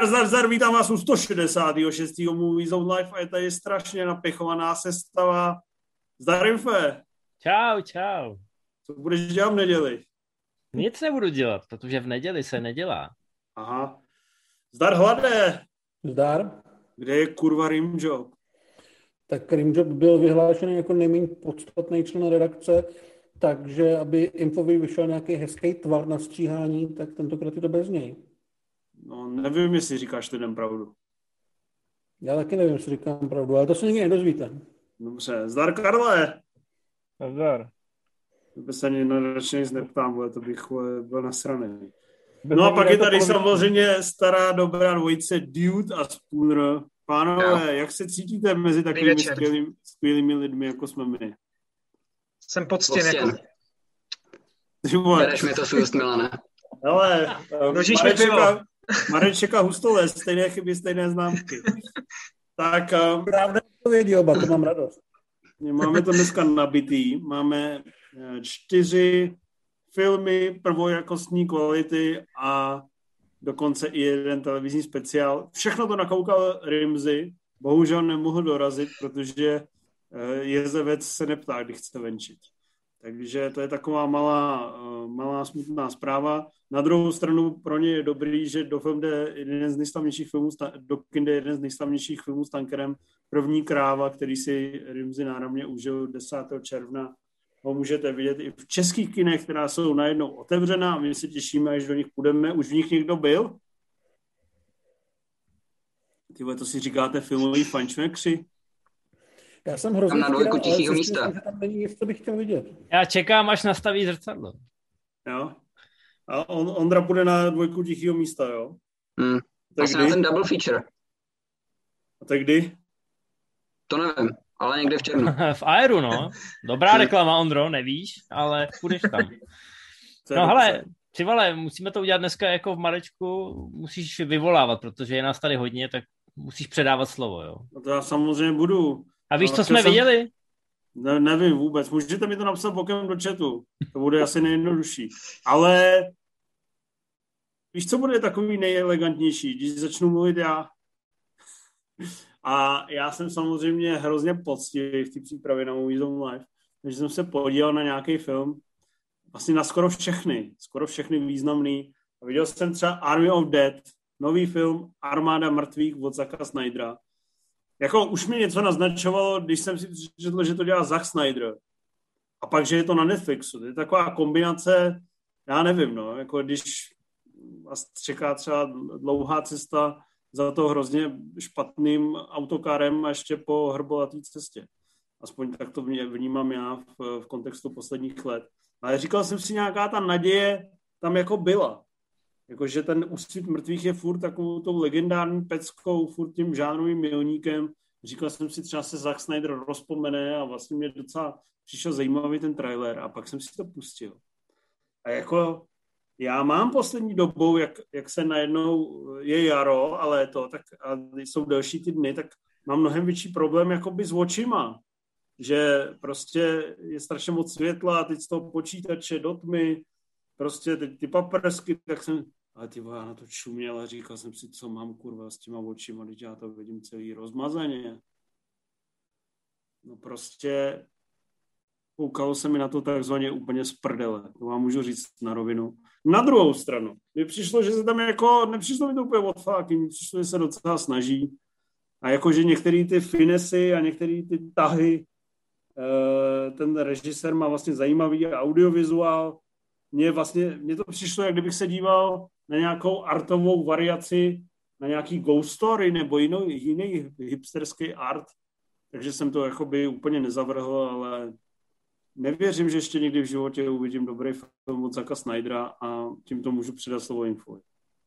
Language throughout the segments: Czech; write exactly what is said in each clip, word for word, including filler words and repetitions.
Zdar, zdar, zdar, vítám vás u sto šedesátého šestého Movie Zone Live a je tady strašně napěchovaná sestava. Zdar, Infe. Čau, čau. Co budeš dělat v neděli? Nic nebudu dělat, protože v neděli se nedělá. Aha. Zdar, Hlade. Zdar. Kde je kurva Rimjob? Tak Rimjob byl vyhlášený jako nejméně podstatný člen redakce, takže aby Infovi vyšel nějaký hezký tvar na stříhání, tak tentokrát je to bez něj. No, nevím, jestli říkáš lidem pravdu. Já taky nevím, jestli říkám pravdu, ale to se nikdy nedozvíte. Dobře. Zdar, Karle. Zdar. Kdyby se ani radši nic neptám, bude, to bych byl nasraný. No a pak je tady samozřejmě stará dobrá dvojice Dude a Spooner. Pánové, jak se cítíte mezi takovými skvělými, skvělými lidmi, jako jsme my? Jsem poctěn. Jako... Bereš mi to z úst, Milane. Hele, Mareček a Hustole, stejné chyby, stejné známky. Tak... Právě to vědí oba, to mám radost. Máme to dneska nabitý. Máme čtyři filmy prvojakostní kvality a dokonce i jeden televizní speciál. Všechno to nakoukal Rimzy. Bohužel nemohl dorazit, protože jezevec se neptá, kdy chce venčit. Takže to je taková malá, malá smutná zpráva. Na druhou stranu pro ně je dobrý, že do film jde jeden z nejslavnějších filmů, do kin jde jeden z nejslavnějších filmů s tankerem První kráva, který si Rimzy náramně užil desátého června. Ho můžete vidět i v českých kinech, která jsou najednou otevřená a my se těšíme, až do nich půjdeme. Už v nich někdo byl? Tyhle, to si říkáte filmový fančmekři? Já jsem hrozně na dvojku tichýho místa. Že tam není nic, co bych chtěl vidět. Já čekám, až nastaví zrcadlo. Jo. A on, Ondra půjde na dvojku tichýho místa, jo? Hmm. Asi na ten double feature. A tak kdy? To nevím, ale někde v červnu. V Aeru, no. Dobrá reklama, Ondro, nevíš, ale půjdeš tam. No hele, ty vole, musíme to udělat dneska jako v Marečku, musíš vyvolávat, protože je nás tady hodně, tak musíš předávat slovo, jo. No to já samozřejmě budu. A víš, no, co jsme jsem... viděli? Ne, nevím vůbec, můžete mi to napsat bokem do chatu, to bude asi nejjednodušší. Ale víš, co bude takový nejelegantnější, když začnu mluvit já? A já jsem samozřejmě hrozně poctivý v té přípravě na Movie Zone Live, takže jsem se podíval na nějaký film, vlastně na skoro všechny, skoro všechny významný. A viděl jsem třeba Army of Dead, nový film Armáda mrtvých od Zacka Snydera. Jako už mi něco naznačovalo, když jsem si přečetl, že to dělá Zack Snyder. A pak, že je to na Netflixu. To je taková kombinace, já nevím, no, jako když vás čeká třeba dlouhá cesta za to hrozně špatným autokárem a ještě po hrbolatý cestě. Aspoň tak to vnímám já v, v kontextu posledních let. Ale říkal jsem si, nějaká ta naděje tam jako byla. Jakože ten Úsvit mrtvých je furt takovou tou legendární peckou, furt tím žánrovým milníkem. Říkal jsem si, třeba se Zack Snyder rozpomene a vlastně mě docela přišel zajímavý ten trailer a pak jsem si to pustil. A jako já mám poslední dobou, jak, jak se najednou je jaro a léto, tak a jsou delší ty dny, tak mám mnohem větší problém jakoby s očima. Že prostě je strašně moc světla, teď z toho počítače do tmy, prostě teď ty paprsky, tak jsem, ale ty já na to čuměl a říkal jsem si, co mám kurva s těma očima, teď já to vidím celý rozmazaně. No prostě koukalo se mi na to takzvaně úplně z prdele, to vám můžu říct na rovinu. Na druhou stranu, mi přišlo, že se tam jako, nepřišlo mi to úplně od fáky, mi přišlo, že se docela snaží a jakože některé ty finesy a některé ty tahy, ten režisér má vlastně zajímavý audiovizuál. Mně vlastně, mně to přišlo, jak kdybych se díval na nějakou artovou variaci, na nějaký ghost story nebo jiný, jiný hipsterský art, takže jsem to jakoby úplně nezavrhl, ale nevěřím, že ještě někdy v životě uvidím dobrý film od Zacka Snydera a tímto můžu předat slovo Info.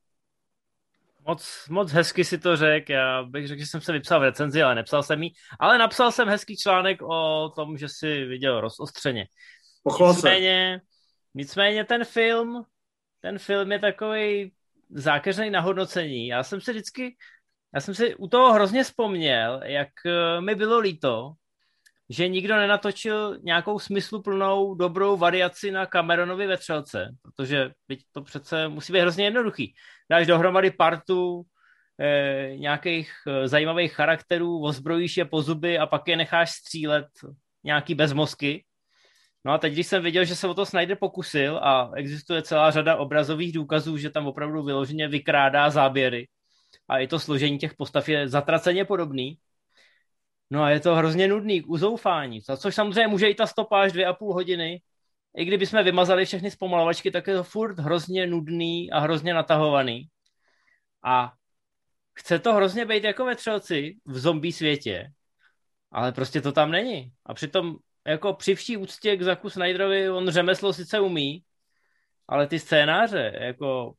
Moc, moc hezky si to řekl, já bych řekl, že jsem se vypsal v recenzi, ale nepsal jsem ji, ale napsal jsem hezký článek o tom, že si viděl rozostřeně. Pochval nicméně, nicméně ten film, ten film je takovej zákeřnej na hodnocení. Já jsem si vždycky, já jsem si u toho hrozně vzpomněl, jak mi bylo líto, že nikdo nenatočil nějakou smysluplnou, dobrou variaci na Cameronovi vetřelce, protože to přece musí být hrozně jednoduchý. Dáš dohromady partu e, nějakých e, zajímavých charakterů, ozbrojíš je po zuby a pak je necháš střílet nějaký bezmozky. No a teď, když jsem viděl, že se o to Snyder pokusil a existuje celá řada obrazových důkazů, že tam opravdu vyloženě vykrádá záběry a i to složení těch postav je zatraceně podobný, no a je to hrozně nudný k uzoufání, za což samozřejmě může i ta stopáž dvě a půl hodiny. I kdyby jsme vymazali všechny zpomalovačky, tak je to furt hrozně nudný a hrozně natahovaný. A chce to hrozně být jako ve Třelci v zombie světě, ale prostě to tam není. A přitom jako při vší úctě k Zacku Snyderovi, on řemeslo sice umí, ale ty scénáře, jako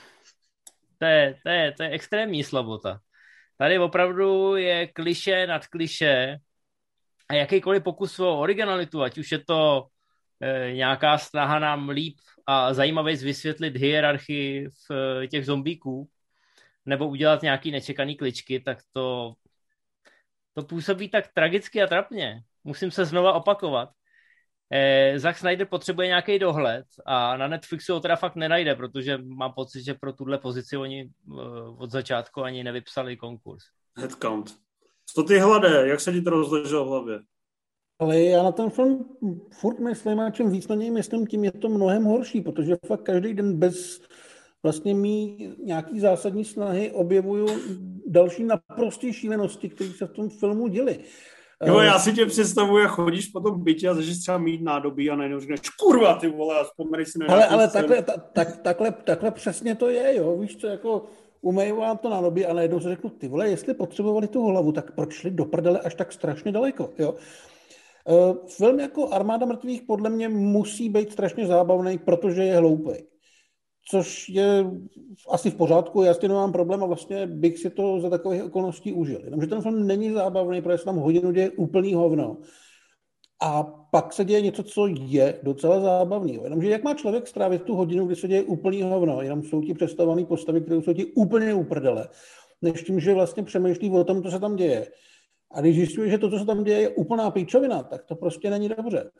to je, to je, to je extrémní slabota. Tady opravdu je klišé nad klišé a jakýkoliv pokus o originalitu, ať už je to e, nějaká snaha nám líp a zajímavě vysvětlit hierarchii v e, těch zombíků, nebo udělat nějaký nečekaný kličky, tak to, to působí tak tragicky a trapně. Musím se znova opakovat. Eh, Zack Snyder potřebuje nějaký dohled a na Netflixu ho teda fakt nenajde, protože mám pocit, že pro tuhle pozici oni eh, od začátku ani nevypsali konkurs. Headcount. Co ty Hlade, jak se ti to rozleželo v hlavě? Ale já na ten film furt myslím, a čím víc na něj myslím, tím je to mnohem horší, protože fakt každý den bez vlastně mý nějaký zásadní snahy objevuju další naprosté šílenosti, které se v tom filmu děly. Jo, já si tě představuji, jak chodíš po tom bytě a začneš třeba mít nádobí a najednou řekneš, kurva, ty vole, a vzpomeneš si na Ale, ale takhle, ta, tak, takhle, takhle přesně to je, jo, víš co, jako umejou vám to nádobí a najednou se řeknu, ty vole, jestli potřebovali tu hlavu, tak proč šli do prdele až tak strašně daleko, jo. Uh, film jako Armáda mrtvých podle mě musí být strašně zábavný, protože je hloupej. Což je asi v pořádku, já s tím nemám problém a vlastně bych si to za takových okolností užil. Jenomže ten film není zábavný, protože se tam hodinu děje úplný hovno. A pak se děje něco, co je docela zábavný. Jenomže jak má člověk strávit tu hodinu, kdy se děje úplný hovno, jenom jsou ti představované postavy, které jsou ti úplně uprdele, než tím, že vlastně přemýšlí o tom, co se tam děje. A když zjišťuje, že to, co se tam děje, je úplná píčovina, tak to prostě není dobře.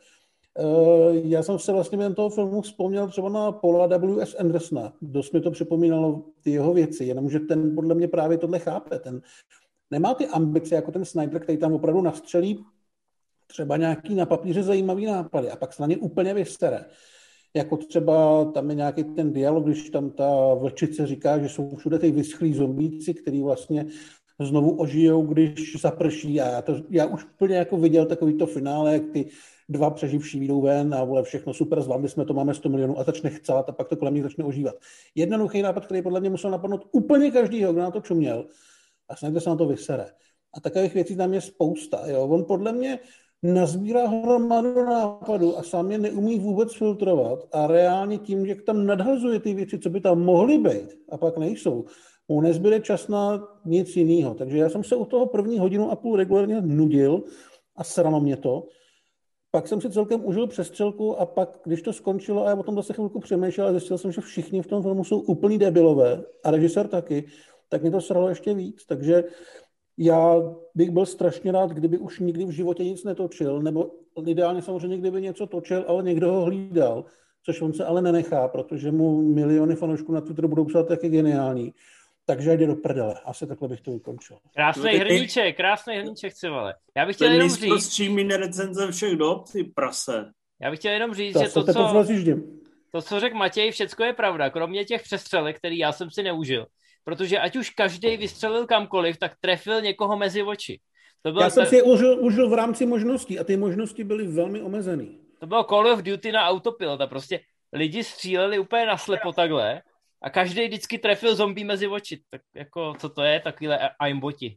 Já jsem se vlastně během toho filmu vzpomněl třeba na Paula W S Andersona. Dost mi to připomínalo ty jeho věci, jenomže ten podle mě právě tohle chápe. Ten nemá ty ambice jako ten Snyder, který tam opravdu nastřelí třeba nějaký na papíře zajímavý nápady a pak se na ně úplně vystere. Jako třeba tam je nějaký ten dialog, když tam ta vlčice říká, že jsou všude ty vyschlí zombíci, který vlastně znovu ožijou, když zaprší. A já, to, já už úplně jako viděl takový to finále, jak ty dva přeživší výjdou ven a vole, všechno super, zvládli jsme to, máme sto milionů a začne chcát a pak to kolem nich začne ožívat. Jednoduchý nápad, který podle mě musel napadnout úplně každýho, kdo na to čuměl a snad se na to vysere. A takových věcí tam je spousta. Jo. On podle mě nazbírá hromadu nápadů a sám je neumí vůbec filtrovat a reálně tím, že tam nadhazuje ty věci, co by tam mohly být a pak nejsou, mu nezbyde čas na nic jiného. Takže já jsem se u toho první hodinu a půl regulárně nudil a sralo mě to. Pak jsem si celkem užil přestřelku a pak, když to skončilo a já o tom zase chvilku přemýšlel a zjistil jsem, že všichni v tom filmu jsou úplný debilové a režisér taky, tak mě to sralo ještě víc. Takže já bych byl strašně rád, kdyby už nikdy v životě nic netočil, nebo ideálně samozřejmě, kdyby něco točil, ale někdo ho hlídal, což on se ale nenechá, protože mu miliony fanoušků na Twitteru budou psát, jak je geniální. Takže jde do prdele. Asi takhle bych to ukončil. Krásný no, hrníček, krásný hrníček, chci vole. Já bych chtěl ten jenom říct... Ten nejprostší recenze všech dob, ty prase. Já bych chtěl jenom říct, to že to, co... To, co řekl Matěj, všecko je pravda, kromě těch přestřelek, který já jsem si neužil. Protože ať už každý vystřelil kamkoliv, tak trefil někoho mezi oči. To já jsem ta... si je užil, užil v rámci možností a ty možnosti byly velmi omezený. To bylo Call of Duty na autopilota. Prostě lidi stříleli úplně naslepo takhle a každý vždycky trefil zombie mezi oči. Tak jako, co to je, takovýhle aimboti.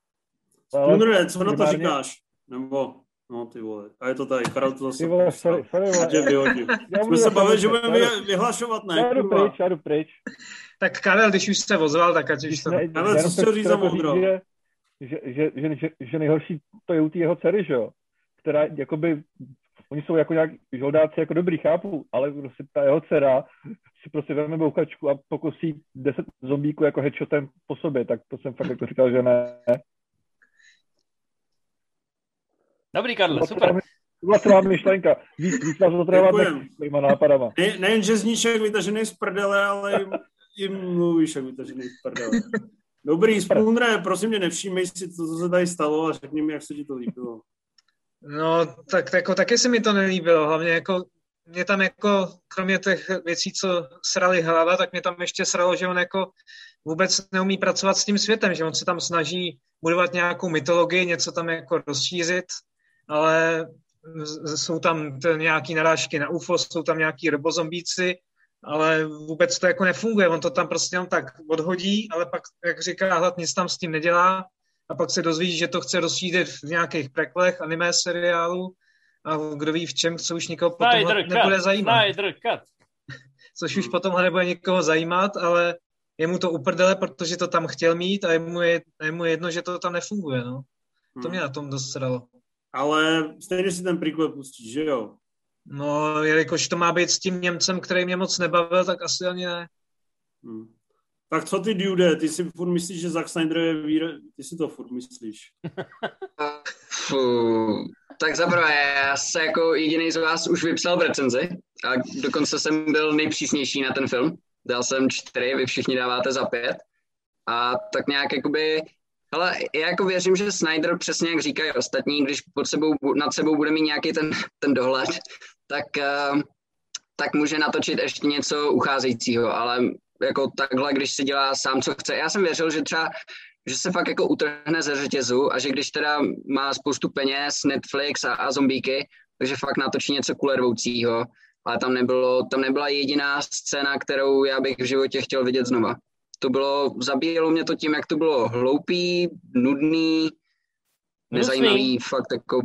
Spinner, co na to říkáš? Nebo, no ty vole, a je to tady, Karel to zase... Ty vole, sorry, sorry, vole. Tě vyhodil. Jsme se bavili, že budeme vyhlašovat, ne? Já jdu pryč, já jdu pryč. Tak Karel, když už jste ozval, tak ať už to... Karel, co jsi chtěl říct za modro? Že, že, že, že, že nejhorší to je u té jeho dcery, že jo? Která, jakoby, oni jsou jako nějak žoldáci jako dobrý, chápu, ale prostě ta jeho dcera si prostě vezme bouchačku a pokusí deset zombíků jako headshotem po sobě, tak to jsem fakt jako říkal, že ne. Dobrý, Karle, super. To byla celá myšlenka. Víc, víc nás otrávat svýma nápadama. Ne, nejen, že zníš jak vytažený z prdele, ale jim, jim mluvíš jak vytažený z prdele. Dobrý, Spooner, prosím mě, nevšímej si, co, co se tady stalo a řekni mi, jak se ti to líbilo. No, tak jako taky se mi to nelíbilo, hlavně jako mě tam jako, kromě těch věcí, co srali hlava, tak mě tam ještě sralo, že on jako vůbec neumí pracovat s tím světem, že on se tam snaží budovat nějakou mytologii, něco tam jako rozšířit, ale jsou tam nějaký narážky na U F O, jsou tam nějaký robozombíci, ale vůbec to jako nefunguje, on to tam prostě jenom tak odhodí, ale pak, jak říká Hlad, nic tam s tím nedělá a pak se dozví, že to chce rozšířit v nějakých preklech, animé seriálu a kdo ví v čem, co už nikoho potom Snyder nebude cut, zajímat. Snyder cut. Což už potom nebude nikoho zajímat, ale je mu to uprdele, protože to tam chtěl mít a je mu, je, je mu jedno, že to tam nefunguje, no. To mě na tom dost sralo. Ale stejně si ten prequel pustíš, že jo? No, jelikož to má být s tím Němcem, který mě moc nebavil, tak asi ani ne. Hmm. Tak co ty, Dude? Ty si furt myslíš, že Zack Snyder je vír... Ty si to furt myslíš. Fuh. Tak zaprvé, já se jako jediný z vás už vypsal v recenzi a dokonce jsem byl nejpřísnější na ten film. Dal jsem čtyři, vy všichni dáváte za pět. A tak nějak jakoby... Hele, já jako věřím, že Snyder, přesně jak říkají ostatní, když pod sebou, nad sebou bude mít nějaký ten, ten dohled, tak, uh, tak může natočit ještě něco ucházejícího, ale jako takhle, když si dělá sám, co chce. Já jsem věřil, že třeba, že se fakt jako utrhne ze řetězu a že když teda má spoustu peněz, Netflix a, a zombíky, takže fakt natočí něco kulervoucího, ale tam, nebylo, tam nebyla jediná scéna, kterou já bych v životě chtěl vidět znova. To bylo, zabíjelo mě to tím, jak to bylo hloupý, nudný, nezajímavý, fakt jako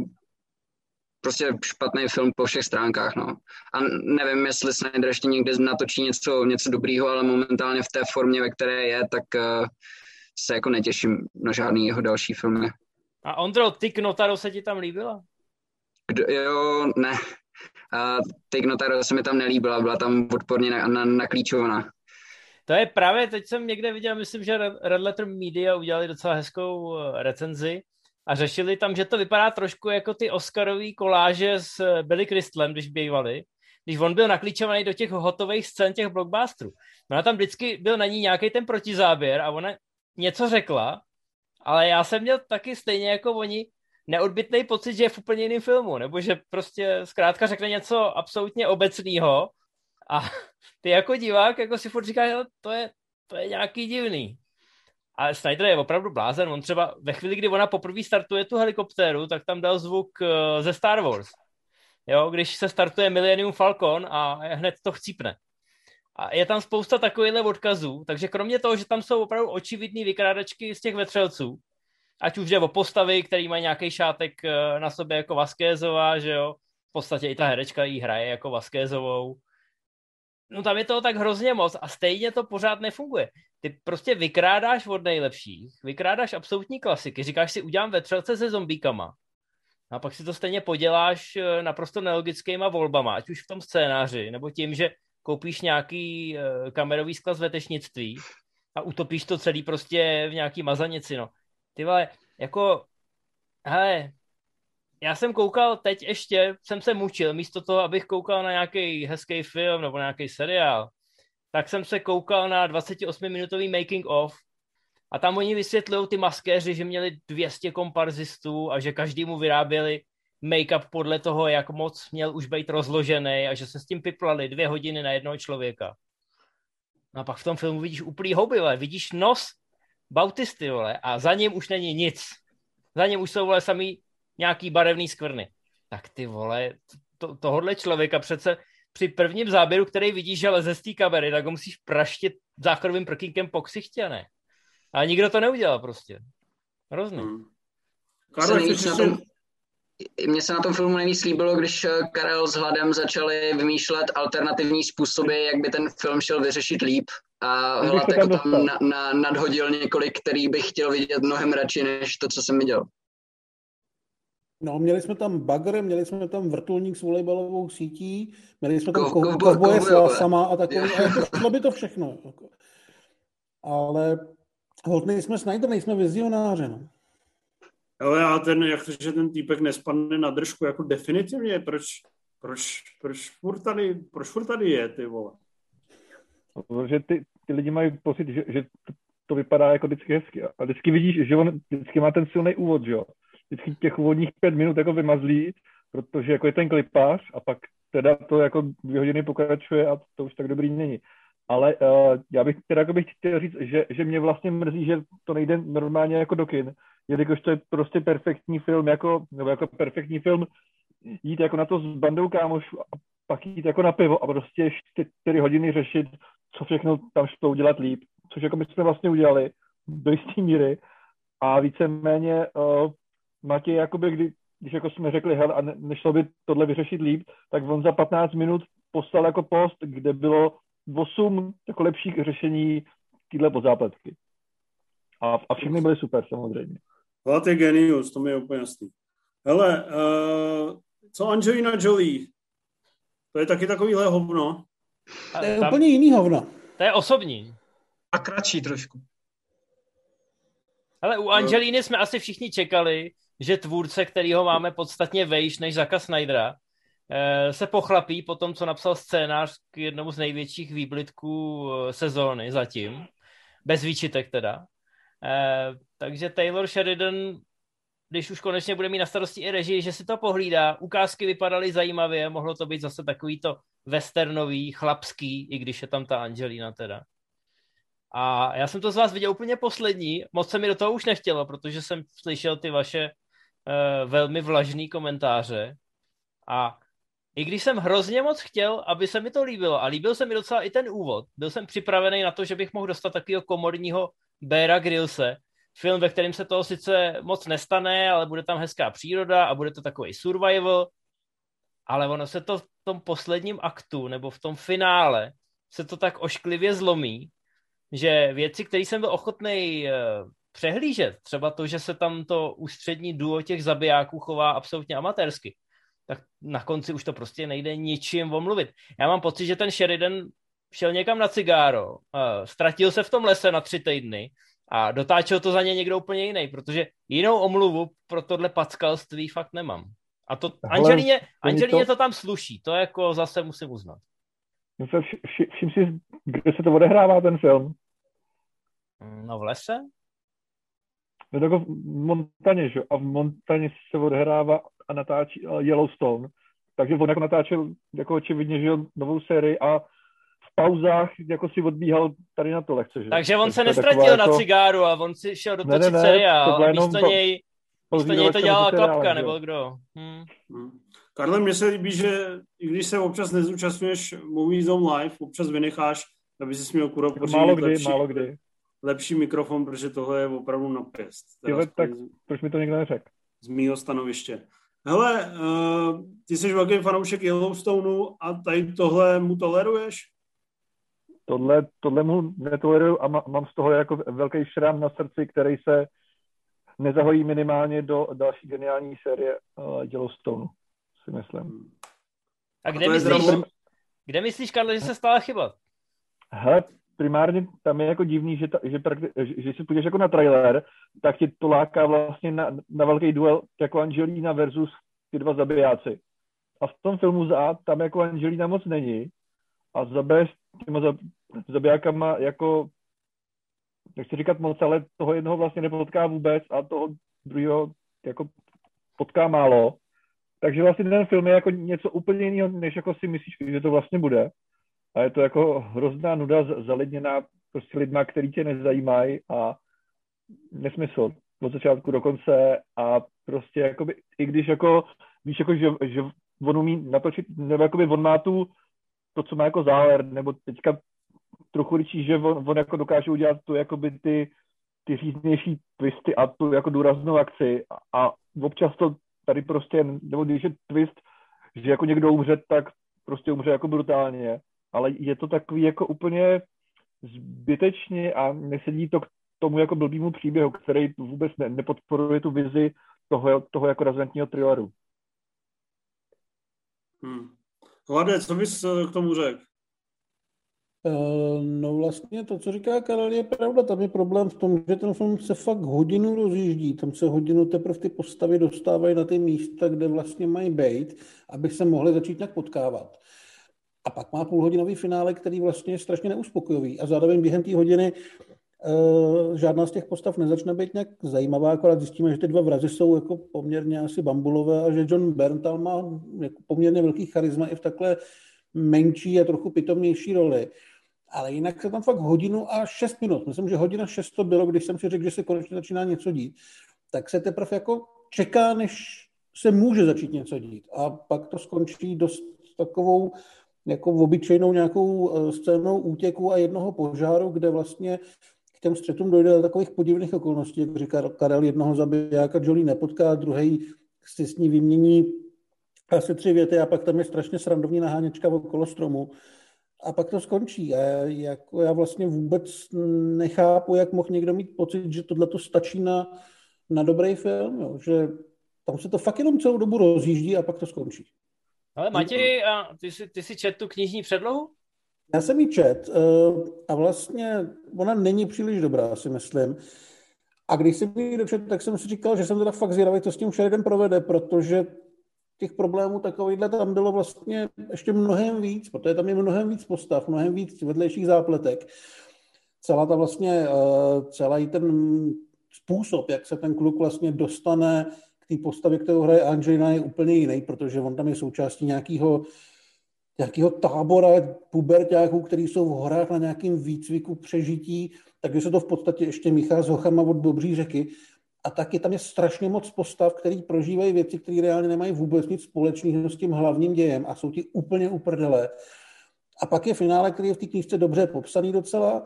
prostě špatný film po všech stránkách, no. A nevím, jestli Snyder ještě někde natočí něco, něco dobrýho, ale momentálně v té formě, ve které je, tak uh, se jako netěším na žádný jeho další filmy. A Ondro, Tic Notaro se ti tam líbila? Kdo, jo, ne. Uh, Tic Notaro se mi tam nelíbila, byla tam odporně na, na, naklíčovaná. To je právě, teď jsem někde viděl, myslím, že Red Letter Media udělali docela hezkou recenzi a řešili tam, že to vypadá trošku jako ty Oscarový koláže s Billy Crystalem, když bývali, když on byl naklíčovaný do těch hotových scén těch blockbusterů. Ona tam vždycky byl na ní nějaký ten protizáběr a ona něco řekla, ale já jsem měl taky stejně jako oni neodbytný pocit, že je v úplně jiném filmu, nebo že prostě zkrátka řekne něco absolutně obecného. A ty jako divák jako si furt říkáš, to je, to je nějaký divný. A Snyder je opravdu blázen. On třeba ve chvíli, kdy ona poprvé startuje tu helikoptéru, tak tam dal zvuk ze Star Wars. Jo, když se startuje Millennium Falcon a hned to chcípne. A je tam spousta takovýchhle odkazů, takže kromě toho, že tam jsou opravdu očividný vykrádačky z těch vetřelců, ať už jde o postavy, který mají nějaký šátek na sobě jako Vasquezová, že jo, v podstatě i ta herečka jí hraje jako Vasquezovou. No tam je toho tak hrozně moc a stejně to pořád nefunguje. Ty prostě vykrádáš od nejlepších, vykrádáš absolutní klasiky, říkáš si, udělám vetřelce se zombíkama. A pak si to stejně poděláš naprosto nelogickýma volbama, ať už v tom scénáři, nebo tím, že koupíš nějaký kamerový sklad z vetešnictví a utopíš to celý prostě v nějaký mazanici, no. Ty vole, jako, hele, já jsem koukal, teď ještě jsem se mučil, místo toho, abych koukal na nějaký hezký film nebo nějaký seriál, tak jsem se koukal na dvacetiosmiminutový making of a tam oni vysvětlují ty maskéři, že měli dvě stě komparzistů a že každému vyráběli make-up podle toho, jak moc měl už být rozložený a že se s tím piplali dvě hodiny na jednoho člověka. No a pak v tom filmu vidíš úplný houby, vole. Vidíš nos Bautisty, vole, a za ním už není nic. Za ním už jsou, vole, samý nějaký barevný skvrny. Tak ty vole, to, tohodle člověka přece při prvním záběru, který vidíš, že leze z té kamery, tak ho musíš praštit záchodovým prkínkem po ksichtě, ne? A nikdo to neudělal prostě. Hrozný. Hmm. Karel, mně se na tom filmu nejvíc líbilo, když Karel s Hladem začali vymýšlet alternativní způsoby, jak by ten film šel vyřešit líp. A Hlad jako tam na, na, nadhodil několik, který bych chtěl vidět mnohem radši, než to, co jsem viděl. No, měli jsme tam bagr, měli jsme tam vrtulník s volejbalovou sítí, měli jsme tam Kov, kov, kovboje s lásama a takové, a šlo by to všechno. Ale holt nejsme Snyder, nejsme vizionáře, no. Ale a ten, jak to, že ten týpek nespadne na držku, jako definitivně, proč, proč, proč, furt tady, proč furt tady je, ty vole? Protože ty, ty lidi mají pocit, že, že to vypadá jako vždycky hezky. A vždycky vidíš, že on vždycky má ten silný úvod, že jo. Vždycky těch úvodních pět minut jako vymazlí, protože jako je ten klipář a pak teda to jako dvě hodiny pokračuje a to už tak dobrý není. Ale uh, já bych teda jako bych chtěl říct, že, že mě vlastně mrzí, že to nejde normálně jako do kin, jelikož to je prostě perfektní film, jako, nebo jako perfektní film jít jako na to s bandou kámošů a pak jít jako na pivo a prostě čtyři hodiny řešit, co všechno tam šlo udělat líp, což jako my jsme vlastně udělali do jistý míry a víceméně uh, Matěj, jakoby, kdy, když jako jsme řekli, hele, a ne, nešlo by tohle vyřešit líp, tak on za patnáct minut poslal jako post, kde bylo osm jako lepších řešení týhle podzápletky. A, a všechny byly super, samozřejmě. Hlad je genius, to mi je úplně jasný. Hele, uh, co Angelina Jolie? To je taky takovýhle hovno. To je tam, úplně jiný hovno. To je osobní. A kratší trošku. Ale u Angeliny jsme asi všichni čekali, že tvůrce, kterýho máme podstatně vejš než Zacka Snydera, se pochlapí po tom, co napsal scénář k jednomu z největších výblitků sezóny zatím. Bez výčitek teda. Takže Taylor Sheridan, když už konečně bude mít na starosti i režii, že si to pohlídá. Ukázky vypadaly zajímavě, mohlo to být zase takový to westernový, chlapský, i když je tam ta Angelina teda. A já jsem to z vás viděl úplně poslední, moc se mi do toho už nechtělo, protože jsem slyšel ty vaše uh, velmi vlažný komentáře a i když jsem hrozně moc chtěl, aby se mi to líbilo a líbil se mi docela i ten úvod, byl jsem připravený na to, že bych mohl dostat takového komorního Beara Grylse, film, ve kterém se toho sice moc nestane, ale bude tam hezká příroda a bude to takový survival, ale ono se to v tom posledním aktu nebo v tom finále se to tak ošklivě zlomí, že věci, které jsem byl ochotný přehlížet, třeba to, že se tam to ústřední duo těch zabijáků chová absolutně amatérsky, tak na konci už to prostě nejde ničím omluvit. Já mám pocit, že ten Sheridan šel někam na cigáro, ztratil se v tom lese na tři týdny a dotáčel to za ně někdo úplně jiný, protože jinou omluvu pro tohle packalství fakt nemám. A to Angelině, Angelině to... to tam sluší, to jako zase musím uznat. Vši, všim si, kde se to odehrává ten film? No v lese? No tak v Montaně, že? A v Montaně se odehrává a natáčí Yellowstone. Takže on jako natáčel jako očividně, že novou sérii a v pauzách jako si odbíhal tady na to lehce, že? Takže on se nestratil na jako... cigáru a on si šel dotočit ne, ne, ne, seriál a místo to... něj, místo něj to dělala Klapka, nebo kdo? Hmm. Hmm. Karle, mně se líbí, že i když se občas nezúčastňuješ Movie Zone Live, občas vynecháš, aby si směl kurva pořídit málo kdy, lepší, málo kdy. lepší mikrofon, protože tohle je opravdu na pěst. Tyhle, tak proč mi to někdo neřekl? Z mýho stanoviště. Hele, uh, ty jsi velký fanoušek Yellowstoneu a tady tohle mu toleruješ? Tohle, tohle mu netoleruju a má, mám z toho jako velký šrám na srdci, který se nezahojí minimálně do další geniální série uh, Yellowstoneu, si myslím. A kde, a myslíš, kde myslíš, Karle, že se stala chyba? Hele, primárně tam je jako divný, že, ta, že, že, že si půjdeš jako na trailer, tak ti to láká vlastně na, na velký duel jako Angelina versus ty dva zabijáci. A v tom filmu za A tam jako Angelina moc není a za B s těma zabijákama jako, nechci říkat moc, ale toho jednoho vlastně nepotká vůbec a toho druhého jako potká málo. Takže vlastně ten film je jako něco úplně jiného, než jako si myslíš, že to vlastně bude. A je to jako hrozná nuda zalidněná prostě lidma, který tě nezajímají a nesmysl od začátku do konce a prostě jakoby, i když jako víš, jako, že, že on umí natočit, nebo jakoby on má tu, to, co má jako závěr, nebo teďka trochu ličí, že on, on jako dokáže udělat tu jakoby ty, ty říznější twisty a tu jako důraznou akci a, a občas to tady prostě, nebo když je twist, že jako někdo umře, tak prostě umře jako brutálně. Ale je to takový jako úplně zbytečně a nesedí to k tomu jako blbýmu příběhu, který vůbec ne, nepodporuje tu vizi toho, toho jako razantního thrilleru. Hmm. Hlade, co bys k tomu řekl? Uh, no vlastně to, co říká Karel, je pravda. Tam je problém v tom, že ten film se fakt hodinu rozjíždí. Tam se hodinu teprve ty postavy dostávají na ty místa, kde vlastně mají být, aby se mohli začít nějak potkávat. A pak má půlhodinový finále, který vlastně je strašně neuspokojivý. A zároveň během té hodiny Uh, žádná z těch postav nezačne být nějak zajímavá, akorát zjistíme, že ty dva vrazi jsou jako poměrně asi bambulové a že John Bernthal má jako poměrně velký charisma i v takhle menší a trochu pitomnější roli. Ale jinak se tam fakt hodinu a šest minut, myslím, že hodina šest to bylo, když jsem si řekl, že se konečně začíná něco dít, tak se teprve jako čeká, než se může začít něco dít. A pak to skončí dost takovou jako obyčejnou nějakou scénou útěku a jednoho požáru, kde vlastně k těm střetům dojde do takových podivných okolností, jak říká Karel, jednoho zabijáka Jolie nepotká, druhý si s ní vymění asi tři věty a pak tam je strašně srandovní naháněčka okolo stromu. A pak to skončí. A jako já vlastně vůbec nechápu, jak mohl někdo mít pocit, že tohle to stačí na, na dobrý film, jo? Že tam se to fakt jenom celou dobu rozjíždí a pak to skončí. Ale Matěj, a ty jsi, ty jsi četl tu knižní předlohu? Já jsem ji čet a vlastně ona není příliš dobrá, si myslím. A když jsem ji dočet, tak jsem si říkal, že jsem teda fakt zvědavý, co s tím Sheridan provede, protože těch problémů takovýhle tam bylo vlastně ještě mnohem víc, protože tam je mnohem víc postav, mnohem víc vedlejších zápletek. Celá ta vlastně, celý ten způsob, jak se ten kluk vlastně dostane k té postavě, kterou hraje Angelina, je úplně jiný, protože on tam je součástí nějakého nějakého tábora puberťáků, který jsou v horách na nějakém výcviku přežití, takže se to v podstatě ještě míchá s hochama od Bobří řeky. A taky tam je strašně moc postav, který prožívají věci, které reálně nemají vůbec nic společného s tím hlavním dějem a jsou ti úplně uprdele. A pak je finále, který je v té knížce dobře popsaný docela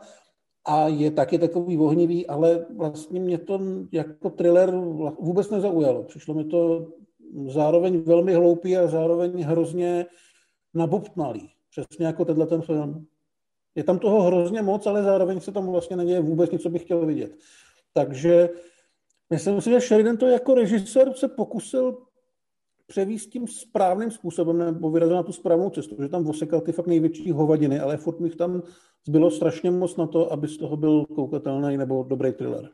a je taky takový ohnivý, ale vlastně mě to jako thriller vůbec nezaujalo. Přišlo mi to zároveň velmi hloupý a zároveň hrozně nabobtnalý. Přesně jako tenhle ten film. Je tam toho hrozně moc, ale zároveň se tam vlastně neděje vůbec nic, co bych chtěl vidět. Takže myslím si, že Sheridan to jako režisér se pokusil převést tím správným způsobem nebo vyrazil na tu správnou cestu, že tam osekal ty fakt největší hovadiny, ale furt mi tam zbylo strašně moc na to, aby z toho byl koukatelný nebo dobrý thriller.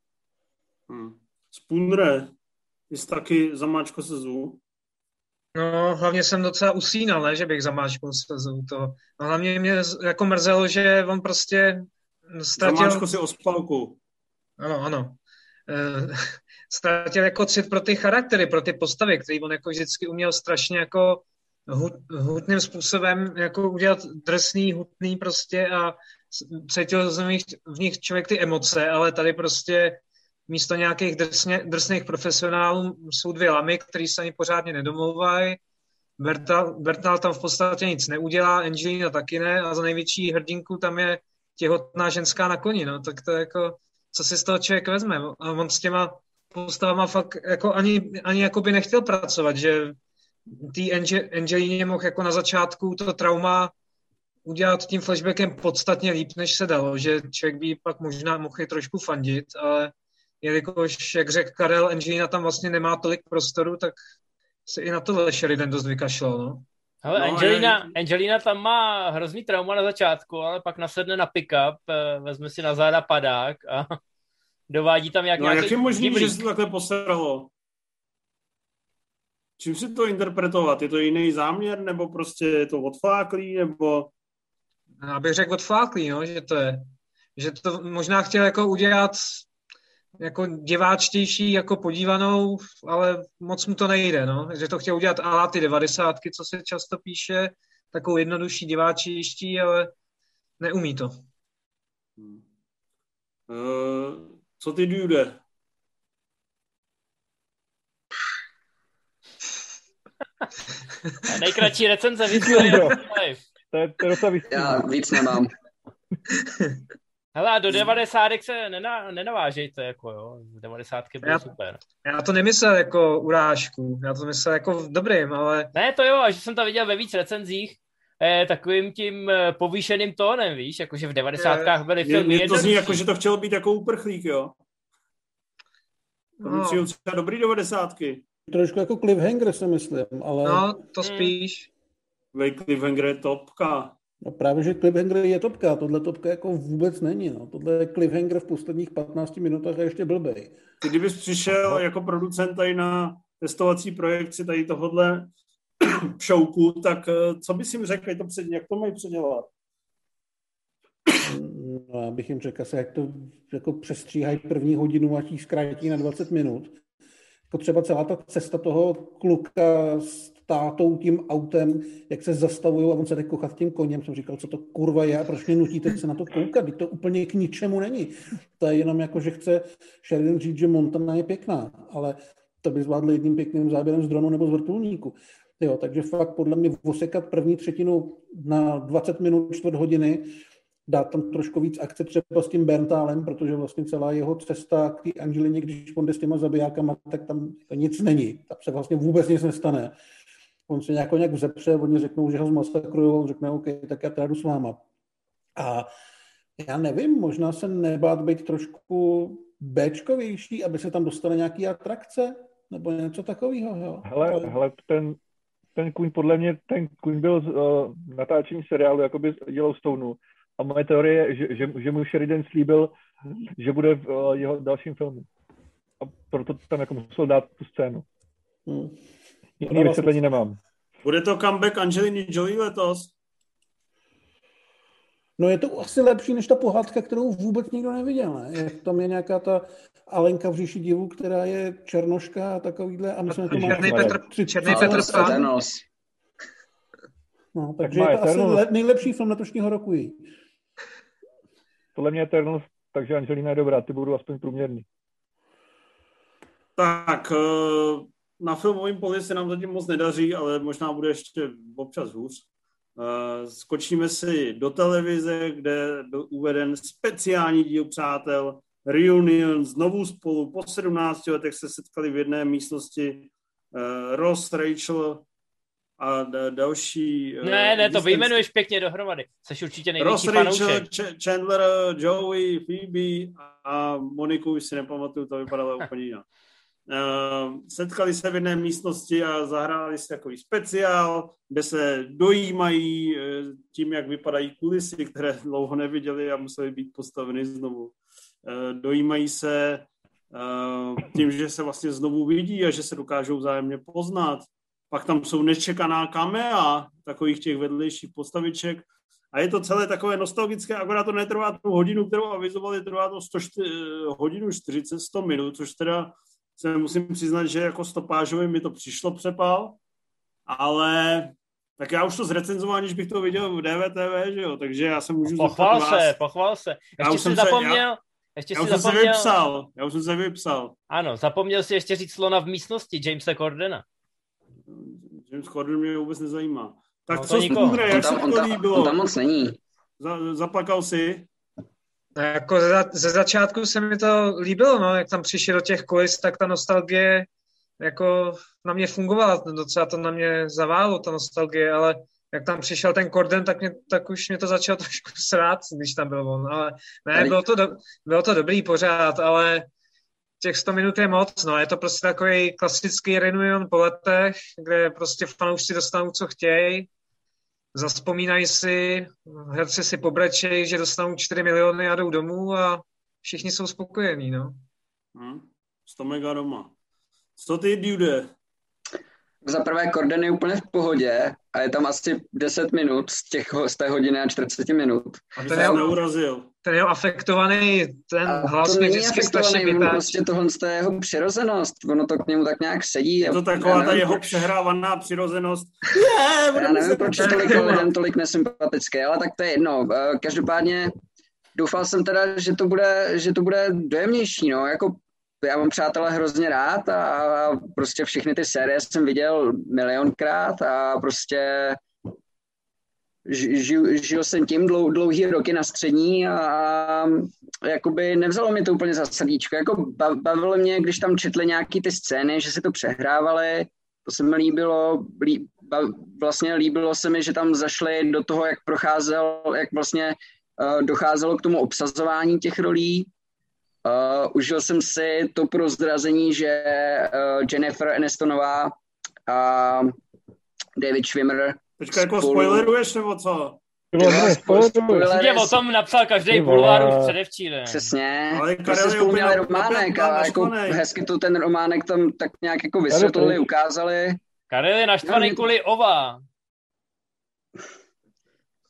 Hmm. Spooner, jsi taky zamáčko slzu? No, hlavně jsem docela usínal, ne, že bych zamáčkl slzu to. No, hlavně mě jako mrzelo, že on prostě ztratil... Zamáčko si ospalku. Ano, ano. Uh, ztratil jako cit pro ty charaktery, pro ty postavy, který on jako vždycky uměl strašně jako hut, hutným způsobem jako udělat drsný, hutný prostě a cítil v nich, v nich člověk ty emoce, ale tady prostě místo nějakých drsně, drsných profesionálů jsou dvě lamy, který se ani pořádně nedomlouvají. Bertal, Bertal tam v podstatě nic neudělá, Angelina taky ne a za největší hrdinku tam je těhotná ženská na koni, no, tak to jako, co si z toho člověk vezme. A on s těma postavama fakt jako ani, ani jako by nechtěl pracovat, že tý Angelině mohl jako na začátku to trauma udělat tím flashbackem podstatně líp, než se dalo, že člověk by pak možná mohl i trošku fandit, ale jelikož, jak řekl Karel, Angelina tam vlastně nemá tolik prostoru, tak se i na tohle Sheridan dost vykašlal, no. Ale no, Angelina, je... Angelina tam má hrozný trauma na začátku, ale pak nasedne na pick-up, vezme si na záda padák a dovádí tam jak no, nějaký... jak je možný, hybrид. že se to takhle posralo? Čím si to interpretovat? Je to jiný záměr, nebo prostě je to odfláklý, nebo... Já bych řekl odfláklý, no, že to je. Že to možná chtěl jako udělat jako diváčtější, jako podívanou, ale moc mu to nejde, no. Že to chtěl udělat ala ty devadesátky, co se často píše, takovou jednodušší, diváčtější, ale neumí to. Hmm. Uh, co ty, Dude? Nejkratší recenze v historii. To je, to je docela vystřílný. Já víc nemám. Hele, a do devadesátek se nena, nenavážejte, jako jo. devadesátky byly já, super. Já to nemyslel jako urážku, já to myslel jako v dobrým, ale... Ne, to jo, a že jsem to viděl ve víc recenzích, eh, takovým tím eh, povýšeným tónem, víš, jakože v devadesátkách byly filmy jednodušší. To zní jednodušší. jako, že to chtělo být jako uprchlík, jo? To No. musí třeba dobrý devadesátky. Trošku jako cliffhanger, si myslím, ale... No, to spíš. Vej, cliffhanger je topka. No právě, že cliffhanger je topka, tohle topka jako vůbec není, no. Tohle je cliffhanger v posledních patnácti minutách a ještě blbej. Ty kdybys přišel jako producent tady na testovací projekci tady tohodle šouku, tak co bys jim řekl, to před, jak to mají předělat? No, já bych jim řekl se, jak to jako přestříhají první hodinu a jí zkrátí na dvacet minut. Jako třeba celá ta cesta toho kluka s tátou tím autem, jak se zastavují a on se jde kochat tím koněm. Jsem říkal, co to kurva je a proč mě nutíte se na to koukat? Teď to úplně k ničemu není. To je jenom jako, že chce Sheridan říct, že Montana je pěkná, ale to by zvládl jedním pěkným záběrem z dronu nebo z vrtulníku. Jo, takže fakt podle mě osekat první třetinu na dvacet minut, čtvrt hodiny, dát tam trošku víc akce třeba s tím Berntálem, protože vlastně celá jeho cesta k té Angelině, když on jde s těma zabijákama, tak tam to nic není. Tam se vlastně vůbec nic nestane. On se nějak, nějak vzepře, oni řeknou, že ho zmasakrují, on řekne, OK, tak já teda jdu s váma. A já nevím, možná se nebát být trošku béčkovější, aby se tam dostane nějaký atrakce, nebo něco takového. Jo. Hele, Ale... hele ten, ten Queen, podle mě, ten Queen byl z uh, natáčení seriálu jakoby z Yellowstoneu. A moje teorie je, že, že, že mu Sheridan slíbil, že bude v uh, jeho dalším filmu. A proto tam jako musel dát tu scénu. Hmm. Jiný vysvětlení nemám. Bude to comeback Angeliny Jolie letos? No je to asi lepší než ta pohádka, kterou vůbec nikdo neviděl. Ne? Je, tam je nějaká ta Alenka v říši divů, která je černoška a takovýhle. A my jsme to Černý Petr, tři, Černý Petr Pan. No, takže tak je to asi le, nejlepší film letošního roku. Podle mě Eternals, takže Angelina je dobrá, ty budou aspoň průměrný. Tak, na filmovém poli se nám zatím moc nedaří, ale možná bude ještě občas hůř. Skočíme si do televize, kde byl uveden speciální díl Přátel, Reunion, znovu spolu, po sedmnácti letech se setkali v jedné místnosti Ross, Rachel a další... Ne, ne, to vyjmenuješ pěkně dohromady. Jseš určitě největší fanoušek. Ross, Rachel, Chandler, Joey, Phoebe a Moniku, už si nepamatuju, to vypadalo úplně jinak. Uh, setkali se v jedné místnosti a zahráli si takový speciál, kde se dojímají uh, tím, jak vypadají kulisy, které dlouho neviděli a museli být postaveny znovu. Uh, dojímají se uh, tím, že se vlastně znovu vidí a že se dokážou vzájemně poznat. Pak tam jsou nečekaná kamea takových těch vedlejších postaviček a je to celé takové nostalgické, akorát to netrvá tu hodinu, kterou avizovali, trvá to sto čtyřicet, hodinu čtyřicet, sto minut, což teda se musím přiznat, že jako stopážový mi to přišlo přepal, ale tak já už to zrecenzoval, když bych to viděl v D V T V, že jo, takže já se můžu pochvál se, vás. Pochvál se, ještě jsi zapomněl, se, já, ještě já si už jsem zapomněl, se vypsal, já už jsem se vypsal. Ano, zapomněl si ještě říct slona v místnosti, Jamesa Cordena. James Corden mě vůbec nezajímá. Tak no co Spudre, jak tam, se to líbilo? On tam moc není. Za, zaplakal si? No, jako ze, ze začátku se mi to líbilo, no, jak tam přišli do těch kulis, tak ta nostalgie jako na mě fungovala, docela to na mě zaválo, ta nostalgie, ale jak tam přišel ten Corden, tak, mě, tak už mě to začalo trošku srát, když tam byl on, ale ne, bylo to, do, bylo to dobrý pořád, ale těch sto minut je moc, no, je to prostě takový klasický reunion po letech, kde prostě fanoušci dostanou, co chtějí, zazpomínají si, herci si pobrečejí, že dostanou čtyři miliony a jdou domů a všichni jsou spokojení, no. Hmm, sto mega doma. Co ty, dude? Za prvé Corden je úplně v pohodě a je tam asi deset minut z, těch, z té hodiny a čtyřicet minut. A ten je neurazil. Ten je afektovaný, ten a hlas mě vždycky strašně vytáčí. Prostě tohle je jeho přirozenost, ono to k němu tak nějak sedí. Je to taková ta jeho přehrávaná přirozenost. Je, já nevím, proč je tolik lidem tolik nesympatické, ale tak to je jedno. Každopádně doufal jsem teda, že to bude, že to bude dojemnější, no, jako já mám Přátelé hrozně rád a prostě všechny ty série jsem viděl milionkrát a prostě žil, žil jsem tím dlou, dlouhý roky na střední a jakoby nevzalo mi to úplně za srdíčko. Jako bavilo mě, když tam četli nějaký ty scény, že si to přehrávali, to se mi líbilo, lí, vlastně líbilo se mi, že tam zašli do toho, jak procházel, jak vlastně uh, docházelo k tomu obsazování těch rolí. Uh, užil jsem si to prozrazení, že uh, Jennifer Anistonová a David Schwimmer Počkej, jako spolu... spoileruješ nebo co? Spoiler o tom napsal každý bulvár už předevčírem. Přesně. Ale prostě spolu měli románek a jako hezky to ten románek tam tak nějak jako vysvětlili, ukázali. Karel je naštvaný kvůli ova.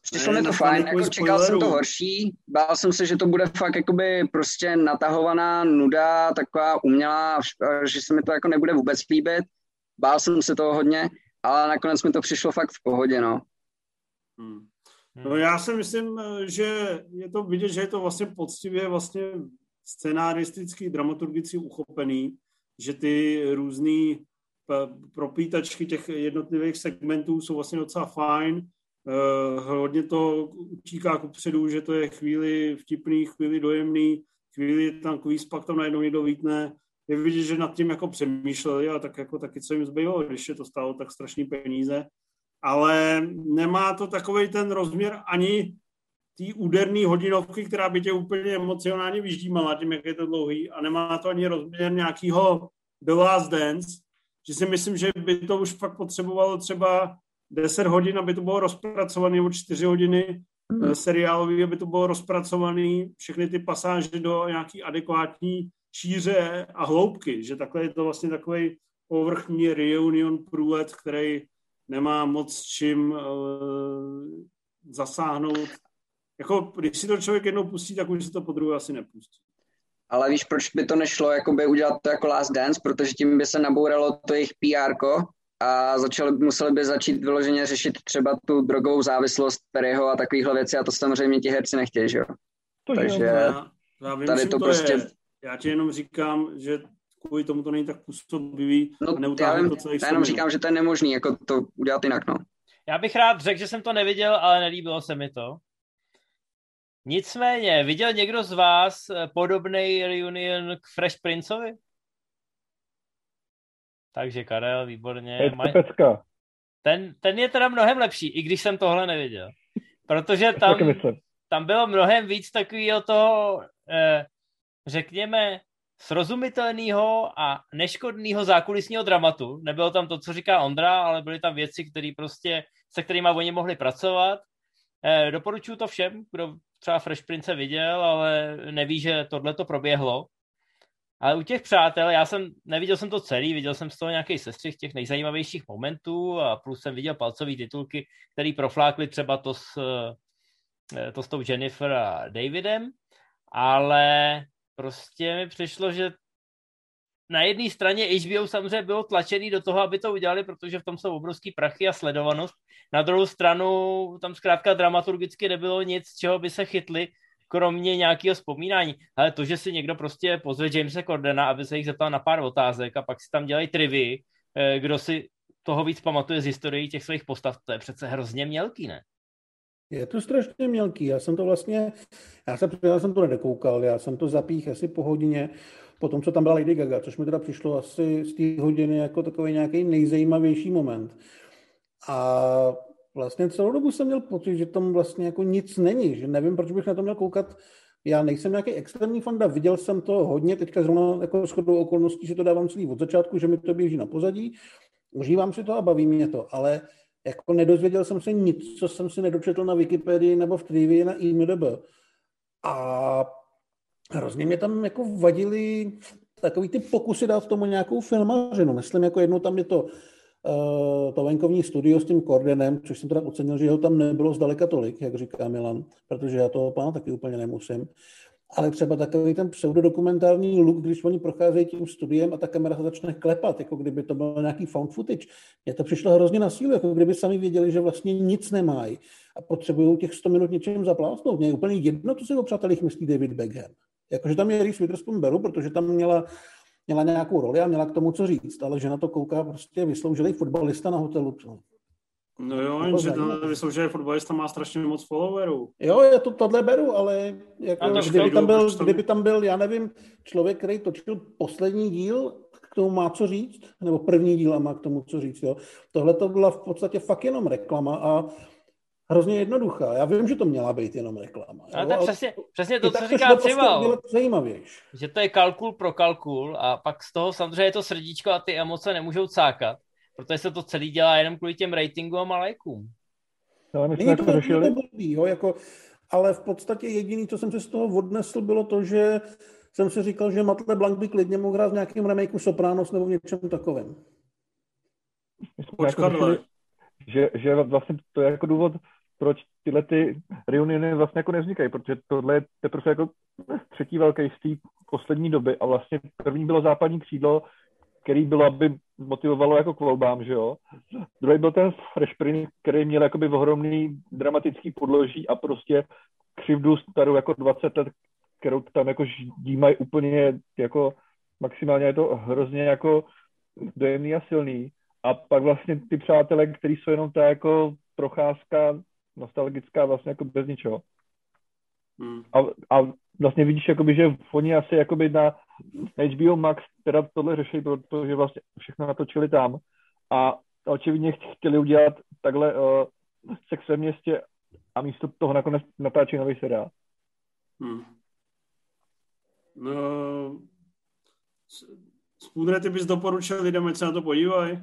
Přišlo mi to fajn, jako čekal jsem to horší, bál jsem se, že to bude fakt jakoby prostě natahovaná nuda, taková umělá, že se mi to jako nebude vůbec líbit. Bál jsem se toho hodně, ale nakonec mi to přišlo fakt v pohodě, no. Hmm. No já si myslím, že je to vidět, že je to vlastně poctivě vlastně scenaristicky, dramaturgicky uchopený, že ty různý propítačky těch jednotlivých segmentů jsou vlastně docela fajn. Uh, hodně to utíká kupředu, že to je chvíli vtipný, chvíli dojemný, chvíli je tam kvíz, pak tam najednou někdo vítne. Je vidět, že nad tím jako přemýšleli a tak jako taky co jim zbylo, když je to stálo tak strašný peníze. Ale nemá to takovej ten rozměr ani té úderný hodinovky, která by tě úplně emocionálně vyždímala tím, jak je to dlouhý, a nemá to ani rozměr nějakého The Last Dance, že si myslím, že by to už fakt potřebovalo třeba deset hodin, aby to bylo rozpracované, nebo čtyři hodiny mm. seriálový, aby to bylo rozpracované, všechny ty pasáže do nějaký adekvátní šíře a hloubky, že takhle je to vlastně takový povrchní reunion průlet, který nemá moc čím uh, zasáhnout. Jako, když si to člověk jednou pustí, tak už si to po druhé asi nepustí. Ale víš, proč by to nešlo jakoby udělat to jako Last Dance? Protože tím by se nabouralo to jejich P R ko a začali, museli by začít vyloženě řešit třeba tu drogovou závislost Perryho a takovýhle věci, a to samozřejmě ti herci nechtějí, že jo? To Takže já, já vím, tady to, to prostě... Je. Já ti jenom říkám, že kvůli tomu to není tak působivý no, a neutáhne to celý. Já jenom říkám, že to je nemožný, jako to udělat jinak, no. Já bych rád řekl, že jsem to neviděl, ale nelíbilo se mi to. Nicméně, viděl někdo z vás podobný reunion k Fresh Princeovi? Takže Karel, výborně. Maj... Ten, ten je teda mnohem lepší, i když jsem tohle neviděl. Protože tam, tam bylo mnohem víc takového toho, eh, řekněme, srozumitelného a neškodného zákulisního dramatu. Nebylo tam to, co říká Ondra, ale byly tam věci, které prostě, se kterými oni mohli pracovat. Eh, doporučuji to všem, kdo třeba Fresh Prince viděl, ale neví, že tohle to proběhlo. Ale u těch přátel, já jsem, neviděl jsem to celý, viděl jsem z toho nějaký sestřih těch nejzajímavějších momentů a plus jsem viděl palcové titulky, které proflákly třeba to s, to s tou Jennifer a Davidem, ale prostě mi přišlo, že na jedné straně H B O samozřejmě bylo tlačený do toho, aby to udělali, protože v tom jsou obrovský prachy a sledovanost. Na druhou stranu tam zkrátka dramaturgicky nebylo nic, čeho by se chytli, kromě nějakého vzpomínání. Ale to, že si někdo prostě pozve Jamesa Cordena, aby se jich zeptal na pár otázek a pak si tam dělají trivii, kdo si toho víc pamatuje z historií těch svých postav, to je přece hrozně mělký, ne? Je to strašně mělký. Já jsem to vlastně, já jsem, já jsem to nedokoukal, já jsem to zapích asi po hodině, po tom, co tam byla Lady Gaga, což mi teda přišlo asi z té hodiny jako takový nějaký nejzajímavější moment. A vlastně celou dobu jsem měl pocit, že tam vlastně jako nic není, že nevím, proč bych na to měl koukat. Já nejsem nějaký extrémní fanda, viděl jsem to hodně, teďka zrovna jako shodou okolností, že to dávám celý od začátku, že mi to běží na pozadí, užívám si to a baví mě to, ale jako nedozvěděl jsem se nic, co jsem si nedočetl na Wikipedii nebo v trivii na I M D B. A hrozně mě tam jako vadily takový ty pokusy dát tomu nějakou filmařinu. Myslím, jako jednou tam je to to venkovní studio s tím Cordenem, což jsem teda ocenil, že ho tam nebylo zdaleka tolik, jak říká Milan, protože já toho pána taky úplně nemusím. Ale třeba takový ten pseudodokumentární look, když oni procházejí tím studiem a ta kamera se začne klepat, jako kdyby to byl nějaký found footage. Mně to přišlo hrozně na sílu, jako kdyby sami věděli, že vlastně nic nemají a potřebují těch sto minut něčím zaplásnout. Mně je úplně jedno, co si o přátelích myslí David Beckham. Jakože tam je Reese Witherspoon beru, protože tam měla měla nějakou roli a měla k tomu co říct, ale že na to kouká prostě vysloužilý fotbalista na hotelu. No jo, jenže ten vysloužilý fotbalista má strašně moc followerů. Jo, já to tohle beru, ale jako, kdyby, tam byl, kdyby tam byl, já nevím, člověk, který točil poslední díl, k tomu má co říct, nebo první díl a má k tomu co říct. Jo. Tohle to byla v podstatě fakt jenom reklama a hrozně jednoduchá. Já vím, že to měla být jenom reklama. Ale to je přesně, přesně to, co říká Přival. Že to je kalkul pro kalkul a pak z toho samozřejmě je to srdíčko a ty emoce nemůžou cákat, protože se to celý dělá jenom kvůli těm ratingům a lajkům. Není to, to blbý, jo, jako, ale v podstatě jediný, co jsem si z toho odnesl, bylo to, že jsem si říkal, že Matt LeBlanc by klidně mohl hrát v nějakém remakeu Sopranos nebo v něčem takovém. Počkat, že, že vlastně to je jako důvod, proč tyhle ty reuniony vlastně jako nevznikají, protože tohle je teprve jako třetí velký z té poslední doby a vlastně první bylo západní křídlo, který bylo, aby motivovalo jako k volbám, že jo. Druhý byl ten Fresh Prince, který měl jakoby ohromný dramatický podloží a prostě křivdu starou jako dvacet let, kterou tam jako ždímají úplně jako maximálně, je to hrozně jako dojemný a silný. A pak vlastně ty přátelé, kteří jsou jenom ta jako procházka nostalgická vlastně jako bez ničeho. Hmm. A, a vlastně vidíš, jakoby, že oni asi jakoby na H B O Max teda tohle řeší, protože vlastně všechno natočili tam a očividně chtěli udělat takhle uh, Sex ve městě a místo toho nakonec natáčí nový seriál. Hmm. No, Spooner, ty bys doporučil lidem, ať se na to podívají?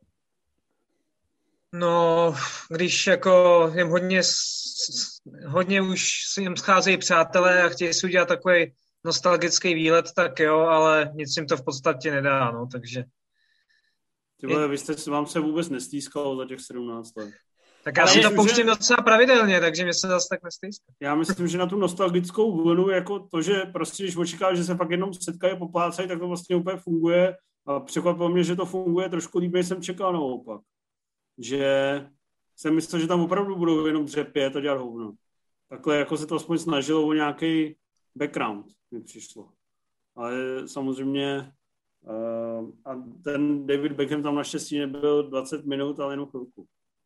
No, když jako jim hodně, hodně už si jim scházejí přátelé a chtějí si udělat takový nostalgický výlet, tak jo, ale nic jim to v podstatě nedá, no, takže... Ty vole, vy jste, vám se vůbec nestýskalo za těch sedmnáct let. Tak já ale si to pouštím že... docela pravidelně, takže mě se zase tak nestýská. Já myslím, že na tu nostalgickou vlnu, jako to, že prostě, když očekáváš, že se fakt jenom setkají, poplácají, tak to vlastně úplně funguje a překvapilo mě, že to funguje trošku líp, než jsem čekal naopak. Že jsem myslel, že tam opravdu budou jenom dřepět a dělat hovno. Takhle jako se to aspoň snažilo o nějaký background, mi přišlo. Ale samozřejmě uh, a ten David Beckham tam naštěstí nebyl dvacet minut, ale jenom chvilku.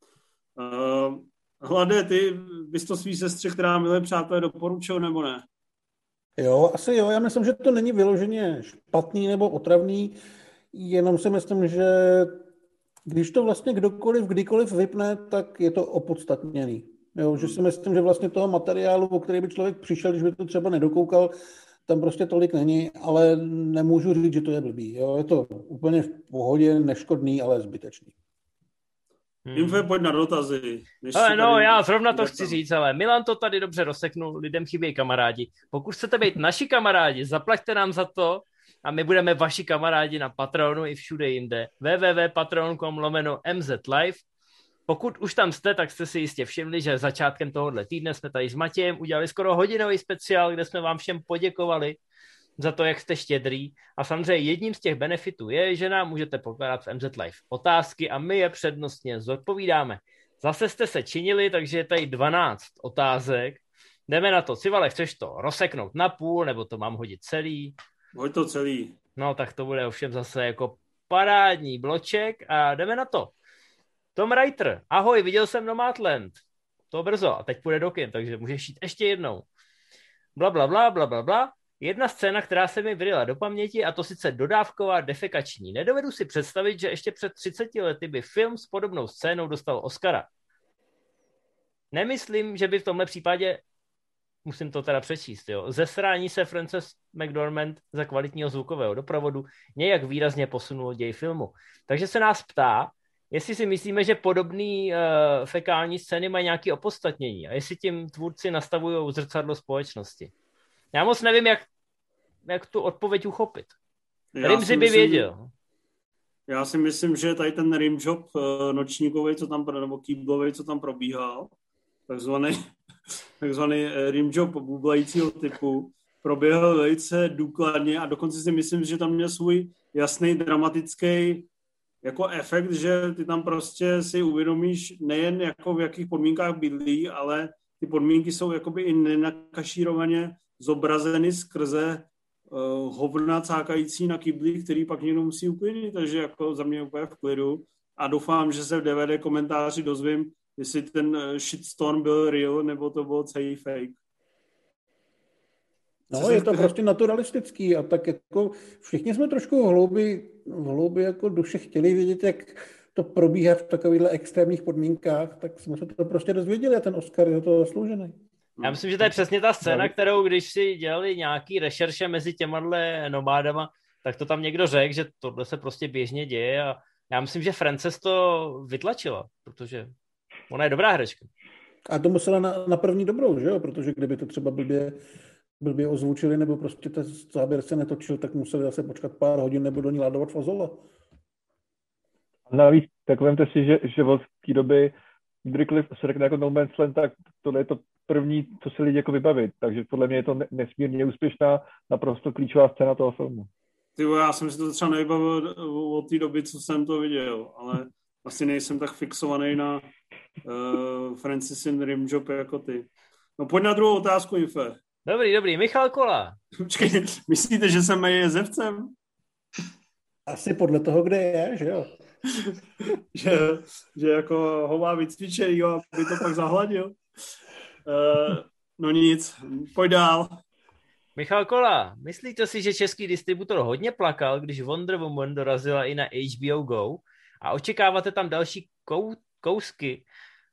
Uh, Hlade, ty bys to svý sestře, která milé přátelé, doporučil nebo ne? Jo, asi jo. Já myslím, že to není vyloženě špatný nebo otravný, jenom si myslím, že když to vlastně kdokoliv, kdykoliv vypne, tak je to opodstatněný. Jo, že si myslím, že vlastně toho materiálu, o který by člověk přišel, když by to třeba nedokoukal, tam prostě tolik není, ale nemůžu říct, že to je blbý. Jo, je to úplně v pohodě, neškodný, ale zbytečný. Hmm. Info, pojď na dotazy. Ale no, já zrovna to chci říct, ale Milan to tady dobře rozseknul, lidem chybějí kamarádi. Pokud chcete být naši kamarádi, zaplaťte nám za to a my budeme vaši kamarádi na Patreonu i všude jinde. w w w tečka patreon tečka com lomeno m z live. Pokud už tam jste, tak jste si jistě všimli, že začátkem tohohle týdne jsme tady s Matějem udělali skoro hodinový speciál, kde jsme vám všem poděkovali za to, jak jste štědrý. A samozřejmě jedním z těch benefitů je, že nám můžete pokládat v M Z Live otázky a my je přednostně zodpovídáme. Zase jste se činili, takže je tady dvanáct otázek. Jdeme na to. Civale, chceš to rozseknout na půl, nebo to mám hodit celý? Hoď to celý. No, tak to bude ovšem zase jako parádní bloček a jdeme na to. Tom Reiter, ahoj, viděl jsem Nomadland. To brzo a teď půjde do kin, takže můžeš jít ještě jednou. Bla, bla, bla, bla, bla, bla. Jedna scéna, která se mi vryla do paměti, a to sice dodávková defekační. Nedovedu si představit, že ještě před třiceti lety by film s podobnou scénou dostal Oscara. Nemyslím, že by v tomhle případě, musím to teda přečíst, jo, zesrání se Frances McDormand za kvalitního zvukového doprovodu nějak výrazně posunulo děj filmu. Takže se nás ptá, jestli si myslíme, že podobný uh, fekální scény mají nějaké opodstatnění a jestli tím tvůrci nastavují zrcadlo společnosti. Já moc nevím, jak, jak tu odpověď uchopit. Rimzi by věděl. Já si myslím, že tady ten rimjob uh, nočníkovej, co tam, nebo kýblovej, co tam probíhal, takzvaný, takzvaný rimjob bublajícího typu, proběhl velice důkladně a dokonce si myslím, že tam měl svůj jasný dramatický jako efekt, že ty tam prostě si uvědomíš nejen jako v jakých podmínkách bydlí, ale ty podmínky jsou jakoby i nenakašírovaně zobrazeny skrze uh, hovna cákající na kybli, který pak někdo musí uklidnit, takže jako za mě úplně v klidu a doufám, že se v D V D komentáři dozvím, jestli ten shitstorm byl real, nebo to bylo celý fake. No, je to prostě naturalistický a tak jako všichni jsme trošku v hloubi, v hloubi jako duše chtěli vědět, jak to probíhá v takovýchhle extrémních podmínkách, tak jsme se to prostě dozvěděli a ten Oscar je to zasloužený. Já myslím, že to je přesně ta scéna, kterou když si dělali nějaký rešerše mezi těmahle nomádama, tak to tam někdo řekl, že tohle se prostě běžně děje a já myslím, že Frances to vytlačila, protože ona je dobrá herečka. A to musela na, na první dobrou, že jo? Protože kdyby to třeba blbě, blbě ozvučili nebo prostě ten záběr se netočil, tak museli zase počkat pár hodin nebo do ní ladovat fazola. Navíc tak vemte si, že, že od té doby kdykoliv se řekne jako No Man's Land, tak tohle je to první, co si lidi jako vybavit. Takže podle mě je to nesmírně úspěšná, naprosto klíčová scéna toho filmu. Ty, já jsem si to třeba nevybavil od té doby, co jsem to viděl, ale asi nejsem tak fixovaný na uh, Francisin Rimjob jako ty. No pojď na druhou otázku, Infe. Dobrý, dobrý. Michal Kola. Počkej, myslíte, že jsem je jezevcem? Asi podle toho, kde je, že jo? že, že jako ho má vycvičený, aby to pak zahladil. Uh, no nic, pojď dál. Michal Kola, myslíte si, že český distributor hodně plakal, když Wonder Woman dorazila i na H B O Go a očekáváte tam další kou, kousky,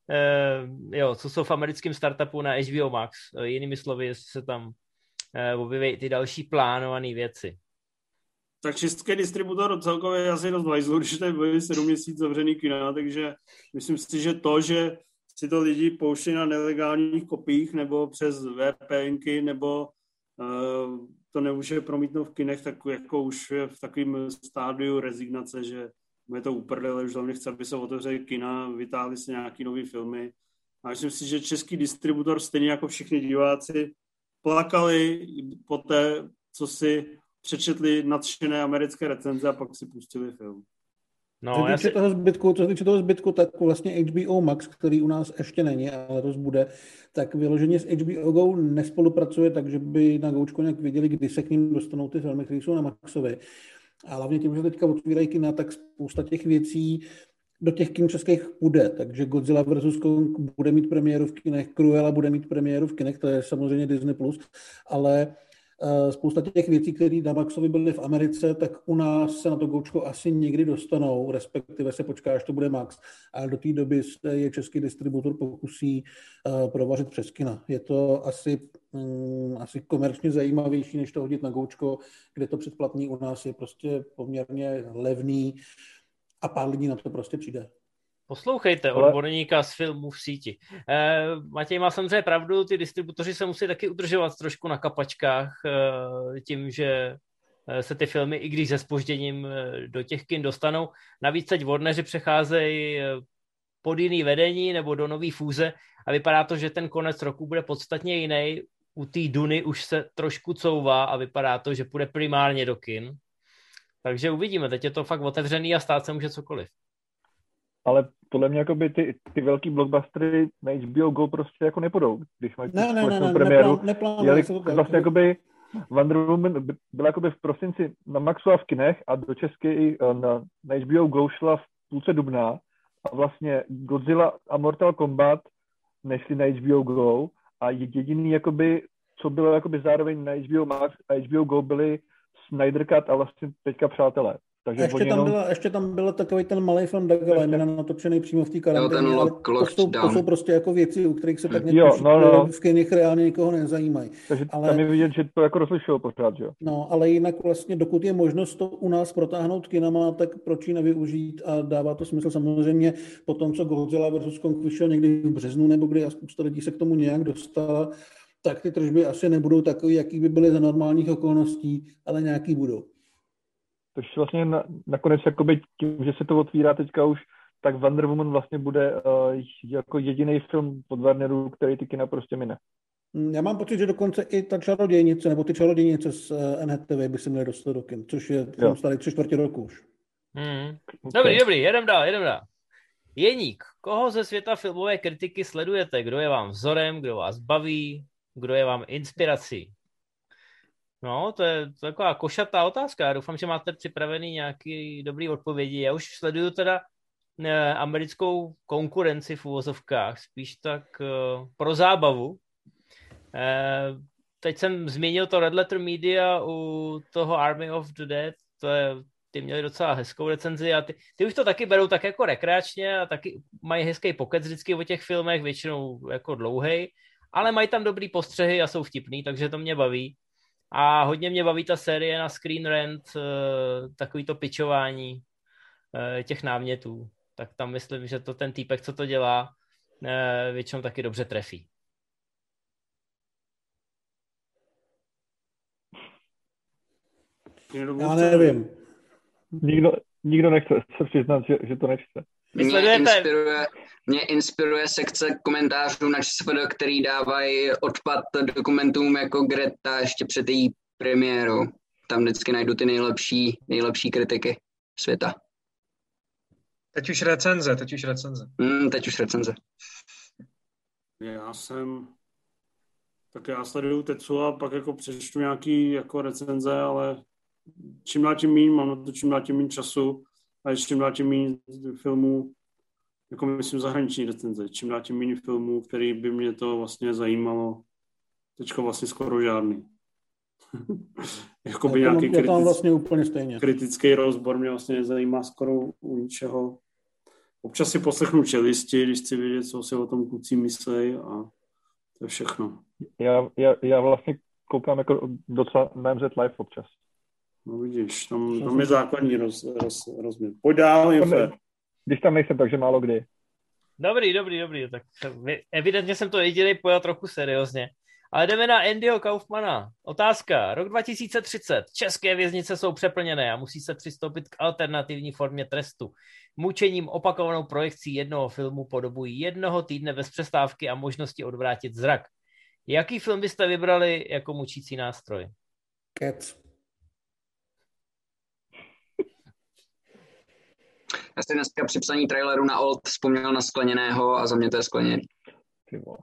uh, jo, co jsou v americkém startupu na H B O Max, uh, jinými slovy, jestli se tam uh, objeví ty další plánované věci. Tak český distributor celkově je asi dost hajzlu, když tady byli sedm měsíc zavřený kina, takže myslím si, že to, že si to lidi pouštějí na nelegálních kopiích nebo přes VPNky nebo uh, to nemůže promítnout v kinech, tak jako už je v takovém stádiu rezignace, že mě to uprdele, už hlavně chce, aby se otevřeli kina, vytáhli se nějaký nový filmy. A myslím si, že český distributor, stejně jako všichni diváci, plakali po té, co si přečetli nadšené americké recenze a pak si pustili film. No, co se týče si... toho zbytku, co se týče toho zbytku, tak vlastně H B O Max, který u nás ještě není, ale to bude, tak vyloženě s H B O Go nespolupracuje, takže by na Goučko nějak věděli, kdy se k ním dostanou ty filmy, které jsou na Maxově. A hlavně tím, že teďka otvírají kina, tak spousta těch věcí do těch kin českých bude. Takže Godzilla versus. Kong bude mít premiéru v kinech, Cruella bude mít premiéru v kinech, to je samozřejmě Disney plus, ale spousta těch věcí, které na Maxovi byly v Americe, tak u nás se na to Goučko asi někdy dostanou, respektive se počká, až to bude Max. A do té doby se je český distributor pokusí uh, provařit přes kina. Je to asi, um, asi komerčně zajímavější, než to hodit na Goučko, kde to předplatný u nás je prostě poměrně levný a pár lidí na to prostě přijde. Poslouchejte odborníka z filmů v síti. Eh, Matěj má samozřejmě pravdu, ty distributoři se musí taky udržovat trošku na kapačkách eh, tím, že se ty filmy, i když se zpožděním, eh, do těch kin dostanou. Navíc teď Warneri přecházejí eh, pod jiný vedení nebo do nový fúze a vypadá to, že ten konec roku bude podstatně jiný. U té Duny už se trošku couvá a vypadá to, že půjde primárně do kin. Takže uvidíme, teď je to fakt otevřený a stát se může cokoliv. Ale podle mě jakoby ty, ty velký blockbustery na H B O Go prostě jako nepůjdou, když mají ne, ne, společnou ne, premiéru. Neplán, Jeli, vlastně jakoby Wonder Woman byla jakoby v prosinci na Maxu a v kinech a do Česky na, na H B O Go šla v půlce dubna a vlastně Godzilla a Mortal Kombat nešli na H B O Go a jediný jakoby, co bylo jakoby zároveň na H B O Max a H B O Go byly Snyder Cut a vlastně teďka Přátelé. Takže ještě, tam jenom... byla, ještě tam byl takový ten malý film Douga Limana natočený přímo v té karanténě, ale to jsou, to jsou prostě jako věci, u kterých se tak někdo no, no. v kinech reálně nikoho nezajímají. Takže ale... tam je vidět, že to jako rozlišují pořád, že jo? No, ale jinak vlastně, dokud je možnost to u nás protáhnout kinama, tak proč ji nevyužít a dává to smysl samozřejmě po tom, co Godzilla versus. Kong vyšel někdy v březnu, nebo kdy a spousta lidí se k tomu nějak dostala, tak ty tržby asi nebudou takový, jaký by byly za normálních okolností, ale nějaký budou. Takže vlastně na, nakonec jakoby tím, že se to otvírá teďka už, tak Wonder Woman vlastně bude uh, jako jediný film od Warneru, který ty kina prostě mine. Já mám pocit, že dokonce i ta čarodějnice, nebo ty čarodějnice z N H T V by se měly dostat do kin, což je film starý tři čtvrtě roku už. Hmm. Okay. Dobrý, dobrý, jedem dál, jedem dál. Jeník, koho ze světa filmové kritiky sledujete? Kdo je vám vzorem, kdo vás baví, kdo je vám inspirací? No, to je taková košatá otázka. Já doufám, že máte připravený nějaký dobrý odpovědi. Já už sleduju teda eh, americkou konkurenci v uvozovkách, spíš tak eh, pro zábavu. Eh, teď jsem zmínil to Red Letter Media u toho Army of the Dead, to je, ty měli docela hezkou recenzi a ty, ty už to taky berou tak jako rekreačně a taky mají hezký pokec vždycky o těch filmech, většinou jako dlouhej, ale mají tam dobrý postřehy a jsou vtipný, takže to mě baví. A hodně mě baví ta série na Screen Rant, takový to pičování těch námětů. Tak tam myslím, že to ten týpek, co to dělá, většinou taky dobře trefí. Já nevím. Nikdo, nikdo nechce se přiznat, že, že to nechce. Mě inspiruje, mě inspiruje sekce komentářů na ČSFD, který dávají odpad dokumentům jako Greta ještě před její premiérou. Tam vždycky najdu ty nejlepší, nejlepší kritiky světa. Teď už recenze, teď už recenze. Mm, teď už recenze. Já jsem... Tak já sleduju Tetsu a pak jako přečtu nějaký jako recenze, ale čím dál tím míň, mám na to čím dál tím míň času a čím dál tím míň filmů, jako myslím zahraniční recenze, čím dál tím míň filmů, který by mě to vlastně zajímalo. Teďko vlastně skoro žádný. Jakoby nějaký je tam vlastně úplně stejně. kritický rozbor mě vlastně nezajímá skoro u ničeho. Občas si poslechnu čelisti, když chci vědět, co si o tom kluci myslej a to je všechno. Já, já, já vlastně koukám jako docela na M Z Live občas. No vidíš, tam, tam je základní roz, roz, rozměr. Pojď dál, Jofe. Když tam nejsem, takže málo kdy. Dobrý, dobrý, dobrý. Tak evidentně jsem to jediný pojal trochu seriózně. Ale jdeme na Andyho Kaufmana. Otázka. Rok dva tisíce třicet. České věznice jsou přeplněné a musí se přistoupit k alternativní formě trestu. Mučením opakovanou projekcí jednoho filmu po dobu jednoho týdne bez přestávky a možnosti odvrátit zrak. Jaký film byste vybrali jako mučící nástroj? Cats. Já si dneska při psaní traileru na Old vzpomněl na Skleněného a za mě to je Skleněný. Ty vole.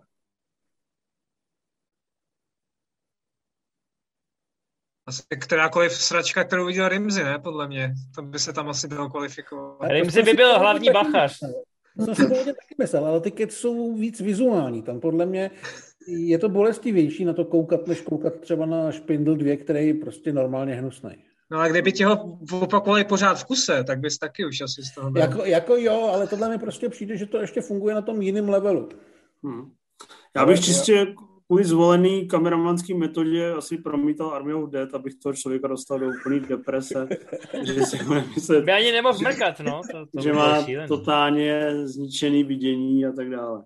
Asi kterákoliv sračka, kterou viděl Rimzi, ne? Podle mě. To by se tam asi dalo kvalifikovat. Rimzi by byl hlavní bachař. To jsem si taky myslel, ale ty Cats jsou víc vizuální. Tam podle mě je to bolestivější na to koukat, než koukat třeba na Špindl dva, který je prostě normálně hnusný. No a kdyby ti ho opakovali pořád v kuse, tak bys taky už asi z toho byl. Jako, jako jo, ale tohle mi prostě přijde, že to ještě funguje na tom jiném levelu. Hmm. Já bych čistě kvůli zvolený kameramanský metodě asi promítal Army of Dead, abych toho člověka dostal do úplný deprese. Že si myslet, by ani nemohl mrkat, no. To, to že má šílený. Totálně zničený vidění a tak dále.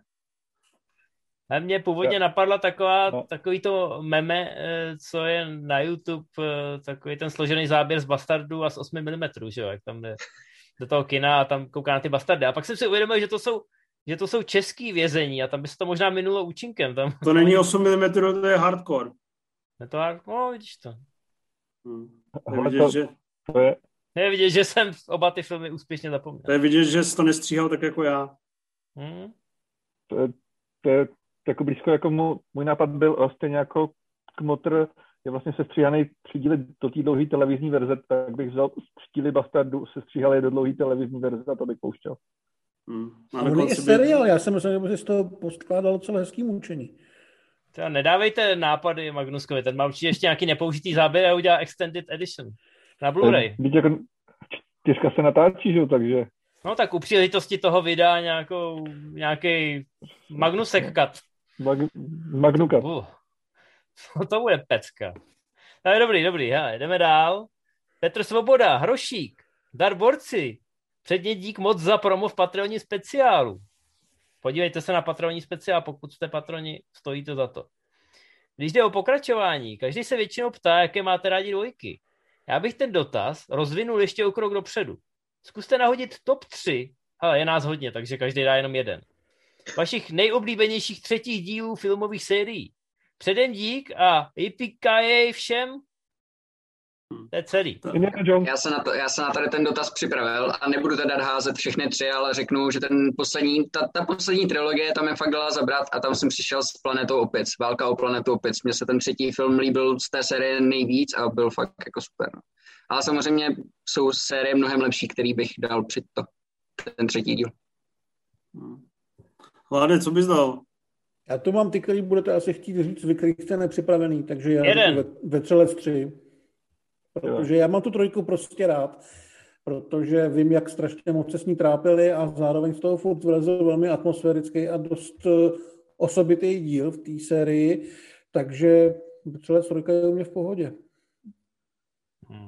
A mě původně napadla taková, no. takový to meme, co je na YouTube, takový ten složený záběr z Bastardu a z osmi milimetrů, že jo, jak tam jde do toho kina a tam kouká na ty Bastardy. A pak jsem si uvědomil, že to jsou, že to jsou český vězení a tam by se to možná minulo účinkem. Tam... To není osm milimetrů, to je hardcore. Je to hardcore? No, vidíš to. Hmm. To je vidět, že... To je... Je vidět, že jsem oba ty filmy úspěšně zapomněl. To je vidět, že jsi to nestříhal tak jako já. Hmm? To je, to je jako blízko, jako mu, můj nápad byl stejně jako Kmotr je vlastně sestříhaný tři díly do té dlouhé televizní verze, tak bych vzal díly Bastardu, sestříhali do dlouhé televizní verze a to bych pouštěl. Hmm. A on je seriál, já jsem myslel, že z toho poskládalo celé hezký mučení. Třeba nedávejte nápady Magnuskovi, ten má určitě ještě nějaký nepoužitý záběr a udělá Extended Edition na Blu-ray. Teď jako čtyřka se natáčí, že? Takže... No tak u příležitosti toho vydá nějakou, nějaký Magnusek cut. Mag, Magnukat. Uh, to bude pecka. Tak dobrý, dobrý, hele, jdeme dál. Petr Svoboda, Hrošík, Dar Borci, předně dík moc za promo v Patreoní speciálu. Podívejte se na Patreoní speciál, pokud jste patroni, stojí to za to. Když jde o pokračování, každý se většinou ptá, jaké máte rádi dvojky. Já bych ten dotaz rozvinul ještě o krok dopředu. Zkuste nahodit top tři, ale je nás hodně, takže každý dá jenom jeden. Vašich nejoblíbenějších třetích dílů filmových sérií. Předem dík a yippee všem. To je celý. Já se, na to, já se na tady ten dotaz připravil a nebudu teda házet všechny tři, ale řeknu, že ten poslední, ta, ta poslední trilogie tam je fakt dala zabrat a tam jsem přišel s Planetou opic, Válka o planetu opic. Mně se ten třetí film líbil z té série nejvíc a byl fakt jako super. No. Ale samozřejmě jsou série mnohem lepší, který bych dal před to, ten třetí díl. Vláde, co bys dal? Já tu mám ty, který budete asi chtít říct, vy, který jste nepřipravený, takže já ve, ve třelec tři. Protože já mám tu trojku prostě rád, protože vím, jak strašně moc se s ní trápili a zároveň z toho furt vylezl velmi atmosférický a dost osobitý díl v té sérii, takže Třelec trojka je u mě v pohodě. Hmm.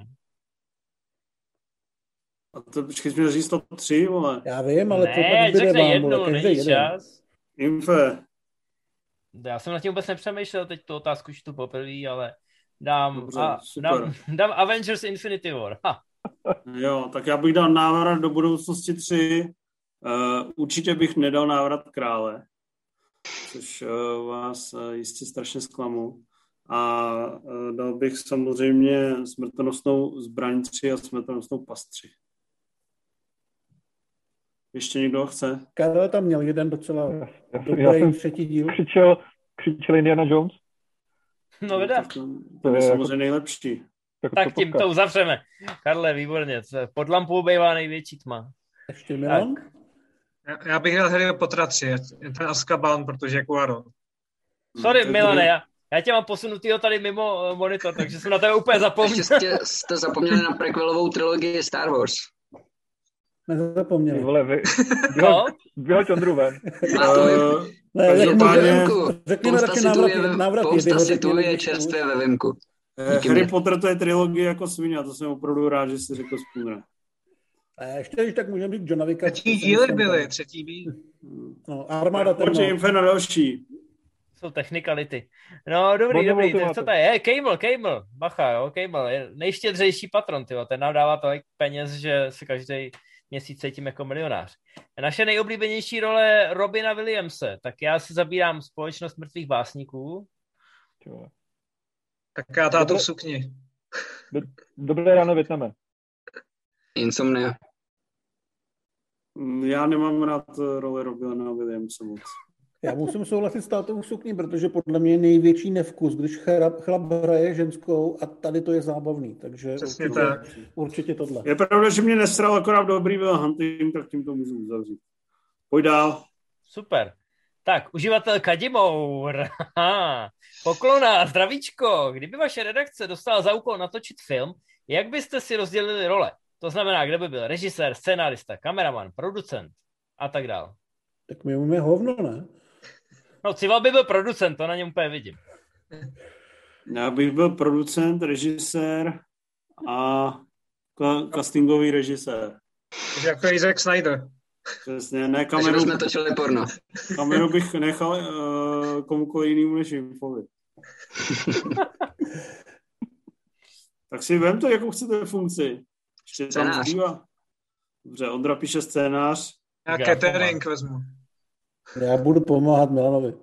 A to počkej, jsi mi říct top tři, vole. Já vím, ale ne, to tak řekne vám, jednu, vole, není jeden. čas. Infe. Já jsem na tím vůbec nepřemýšlel, teď tu otázku čtu poprvé, ale dám, Dobře, a, dám, dám Avengers Infinity War. Ha. Jo, tak já bych dal Návrat do budoucnosti tři, Uh, určitě bych nedal Návrat krále, což uh, vás uh, jistě strašně zklamu. A uh, dal bych samozřejmě Smrtonosnou zbraň tři a Smrtonosnou pas tři. Ještě někdo chce? Karel tam měl jeden docela Já, já, dobrý já jsem třetí díl. křičel, křičel Indiana Jones. No vydá. To, to, to je samozřejmě jako nejlepší. Jako Tak tím topovka. to uzavřeme. Karle, výborně. Pod lampou bývá největší tma. Ještě Milan? Já, já bych dal Harryho Pottera tři, ten Azkaban, protože je Poirot. Sorry, To je Milane, druhý. já, já tě mám posunutýho tady mimo uh, monitor, takže jsem na tebe úplně zapomněl. Ještě jste, jste zapomněli na prequelovou trilogii Star Wars. Ty Nezapomněli. vole, vy, No, vyhoď Ondru ven. Má to vy... Uh, Ne, Každopádně- řekněme, řekněme Pomsta radši situuje, návrat, ve, návrat pomsta Jedyho, situuje řekněme, čerstvě ve Vimku. Eh, Díky Harry mě. Potter to je trilogie jako svině a to jsem opravdu rád, že jsi řekl Spoonera. A ještě, když tak můžeme říct Johna Wicka. Třetí díly byly, třetí díly. No, Armáda Pojď temno. info na další. jsou technikality. No, dobrý, Bonne dobrý, motivace. tak co to je? Hej, Cable, Cable, bacha, jo, Cable, je nejštědřejší patron, tyjo, ten nám dává tolik peněz, že si každý měsíc cítím jako milionář. Naše nejoblíbenější role Robina Williamse, tak já si zabírám Společnost mrtvých básníků. Ty vole. Tak já tátu Dobre- v sukni. Dobré ráno, Větname. Insomnia. Mm, Já nemám rád eh, roli Robina Williamse moc. Já musím souhlasit s tátou v sukni, protože podle mě je největší nevkus, když chlap, chlap hraje ženskou a tady to je zábavný. Takže Přesně určitě, tak. určitě tohle. Je pravda, že mě nesral akorát dobrý Will Hunting, tak tím to můžu uzavřít. Pojď dál. Super. Tak, uživatel Kadimour. Haha. Poklona, zdravíčko. Kdyby vaše redakce dostala za úkol natočit film, jak byste si rozdělili role? To znamená, kde by byl režisér, scénárista, kameraman, producent a tak dále. Tak my máme hovno, ne? No, Cival by byl producent, to na něm úplně vidím. Já bych byl producent, režisér a ka- castingový režisér. Takže jako i Zack Snyder. Přesně, ne Takže kameru, bychom točili porno. kameru bych nechal uh, komukoliv jinému než Infovi. Tak si vem to, jakou chcete funkci. Ještě tam Scénář. zbývá. Dobře, Ondra píše scénář. Já Já catering vezmu. Já budu pomáhat Milanovi.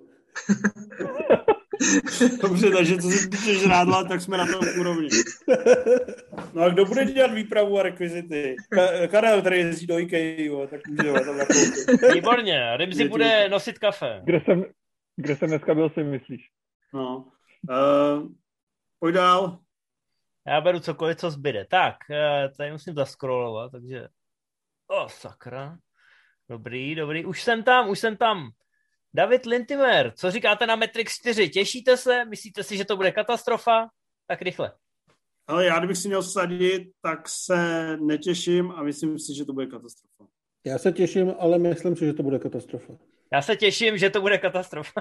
Dobře, takže co se týče žrádla, tak jsme na tom úrovni. No a kdo bude dělat výpravu a rekvizity? Ka- Karel, který jezdí do IKEA, tak může tam nakoupit. Výborně, Rimzi bude nosit kafe. Kde jsem, kde jsem dneska byl, si myslíš? No. Uh, pojď dál. Já beru cokoliv, co zbyde. Tak, eh, tady musím zaskrolovat, takže... O, sakra. Dobrý, dobrý. Už jsem tam, už jsem tam. David Lintimer, co říkáte na Matrix čtyři? Těšíte se? Myslíte si, že to bude katastrofa? Tak rychle. Ale já, kdybych si měl vsadit, tak se netěším a myslím si, že to bude katastrofa. Já se těším, ale myslím si, že to bude katastrofa. Já se těším, že to bude katastrofa.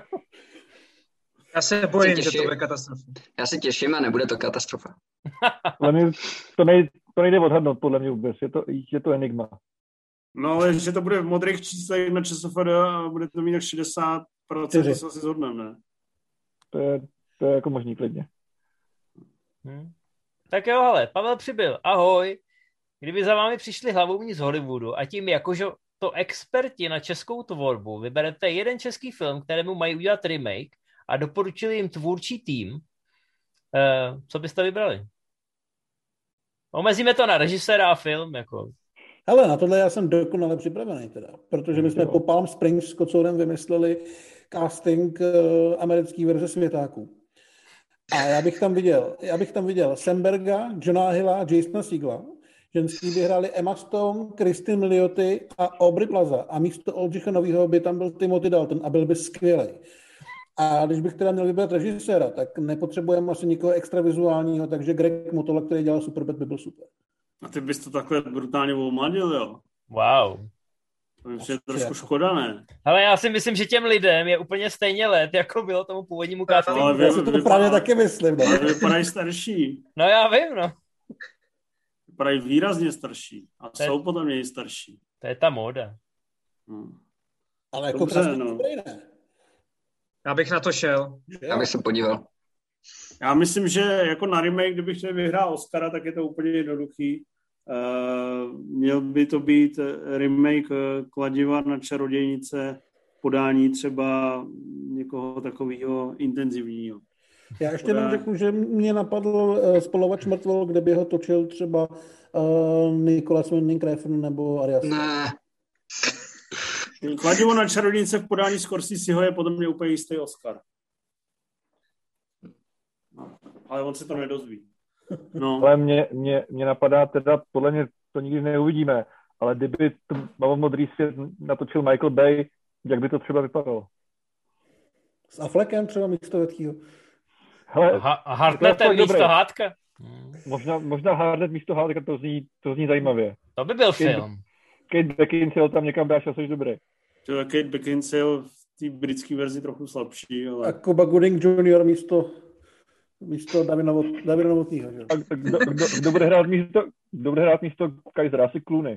Já se bojím, Se že to těším. bude katastrofa. Já se těším a nebude to katastrofa. Podle mě to, nej, to nejde odhadnout, podle mě vůbec. Je to, je to enigma. No ale že to bude v modrých číslech na ČSFD a bude to mít tak šedesát procent, to se asi zhodneme, ne? To je, to je jako možný klidně. Hm. Tak jo, ale Pavel Přibyl, ahoj. Kdyby za vámi přišli hlavovní z Hollywoodu a tím jakože to experti na českou tvorbu vyberete jeden český film, kterému mají udělat remake a doporučili jim tvůrčí tým, eh, co byste vybrali? Omezíme to na režiséra a film, jako. Ale na tohle já jsem dokonale připravený teda, protože my jsme po Palm Springs s Kocourem vymysleli casting uh, americký verze Světáků. A já bych tam viděl, já bych tam viděl Samberga, Johna Hilla, Jasona Segela. Ženský by hráli Emma Stone, Kristen Milioti a Aubrey Plaza. A místo Oldřicha Novýho by tam byl Timothy Dalton a byl by skvělý. A když bych teda měl vybrat režiséra, tak nepotřebujeme asi nikoho extra vizuálního, takže Greg Motola, který dělal Superbad, by byl super. A ty bys to takhle brutálně omladil, jo? Wow. To mi přijde trošku škoda, ne? Ale já si myslím, že těm lidem je úplně stejně let, jako bylo tomu původnímu castingu. Ale vy- Já si to vypadá- právě taky myslím. No. Ale vypadají starší. No já vím, no. Vypadají výrazně starší. A To je- jsou podle mě i starší. To je ta móda. Hmm. Ale jako Dobře, krásný no. dobrý, ne? Já bych na to šel. Já bych se podíval. Já myslím, že jako na remake, kdybych chtěl vyhrát Oscara, tak je to úplně jednoduchý. Uh, měl by to být remake Kladiva na čarodějnice, podání třeba někoho takového intenzivního. Já ještě jenom řeknu, že mě napadl uh, Spalovač mrtvol, kde by ho točil třeba uh, Nicolas Winding Refn nebo Arias. Ne. Kladivo na čarodějnice v podání Scorseseho je podle mě úplně jistý Oscar. No, ale on se to nedozví. No. Ale mě, mě, mě napadá teda, podle mě to nikdy neuvidíme, ale kdyby to Modrý svět natočil Michael Bay, jak by to třeba vypadalo? S Affleckem třeba místo Větkýho. Hele, a Hartnetem místo dobré. Hádka. Možná, možná Hartnet místo Hádka, to zní, to zní zajímavě. To by byl Kate, film. Kate Beckinsale tam někam dáš a jsi dobrý. To je Kate Beckinsale v té britské verzi trochu slabší. Ale... A Cuba Gooding junior místo, místo Davida Novotnýho. Kdo, kdo, kdo, bude hrát místo, kdo bude hrát místo Kaisera? Asi Clooney.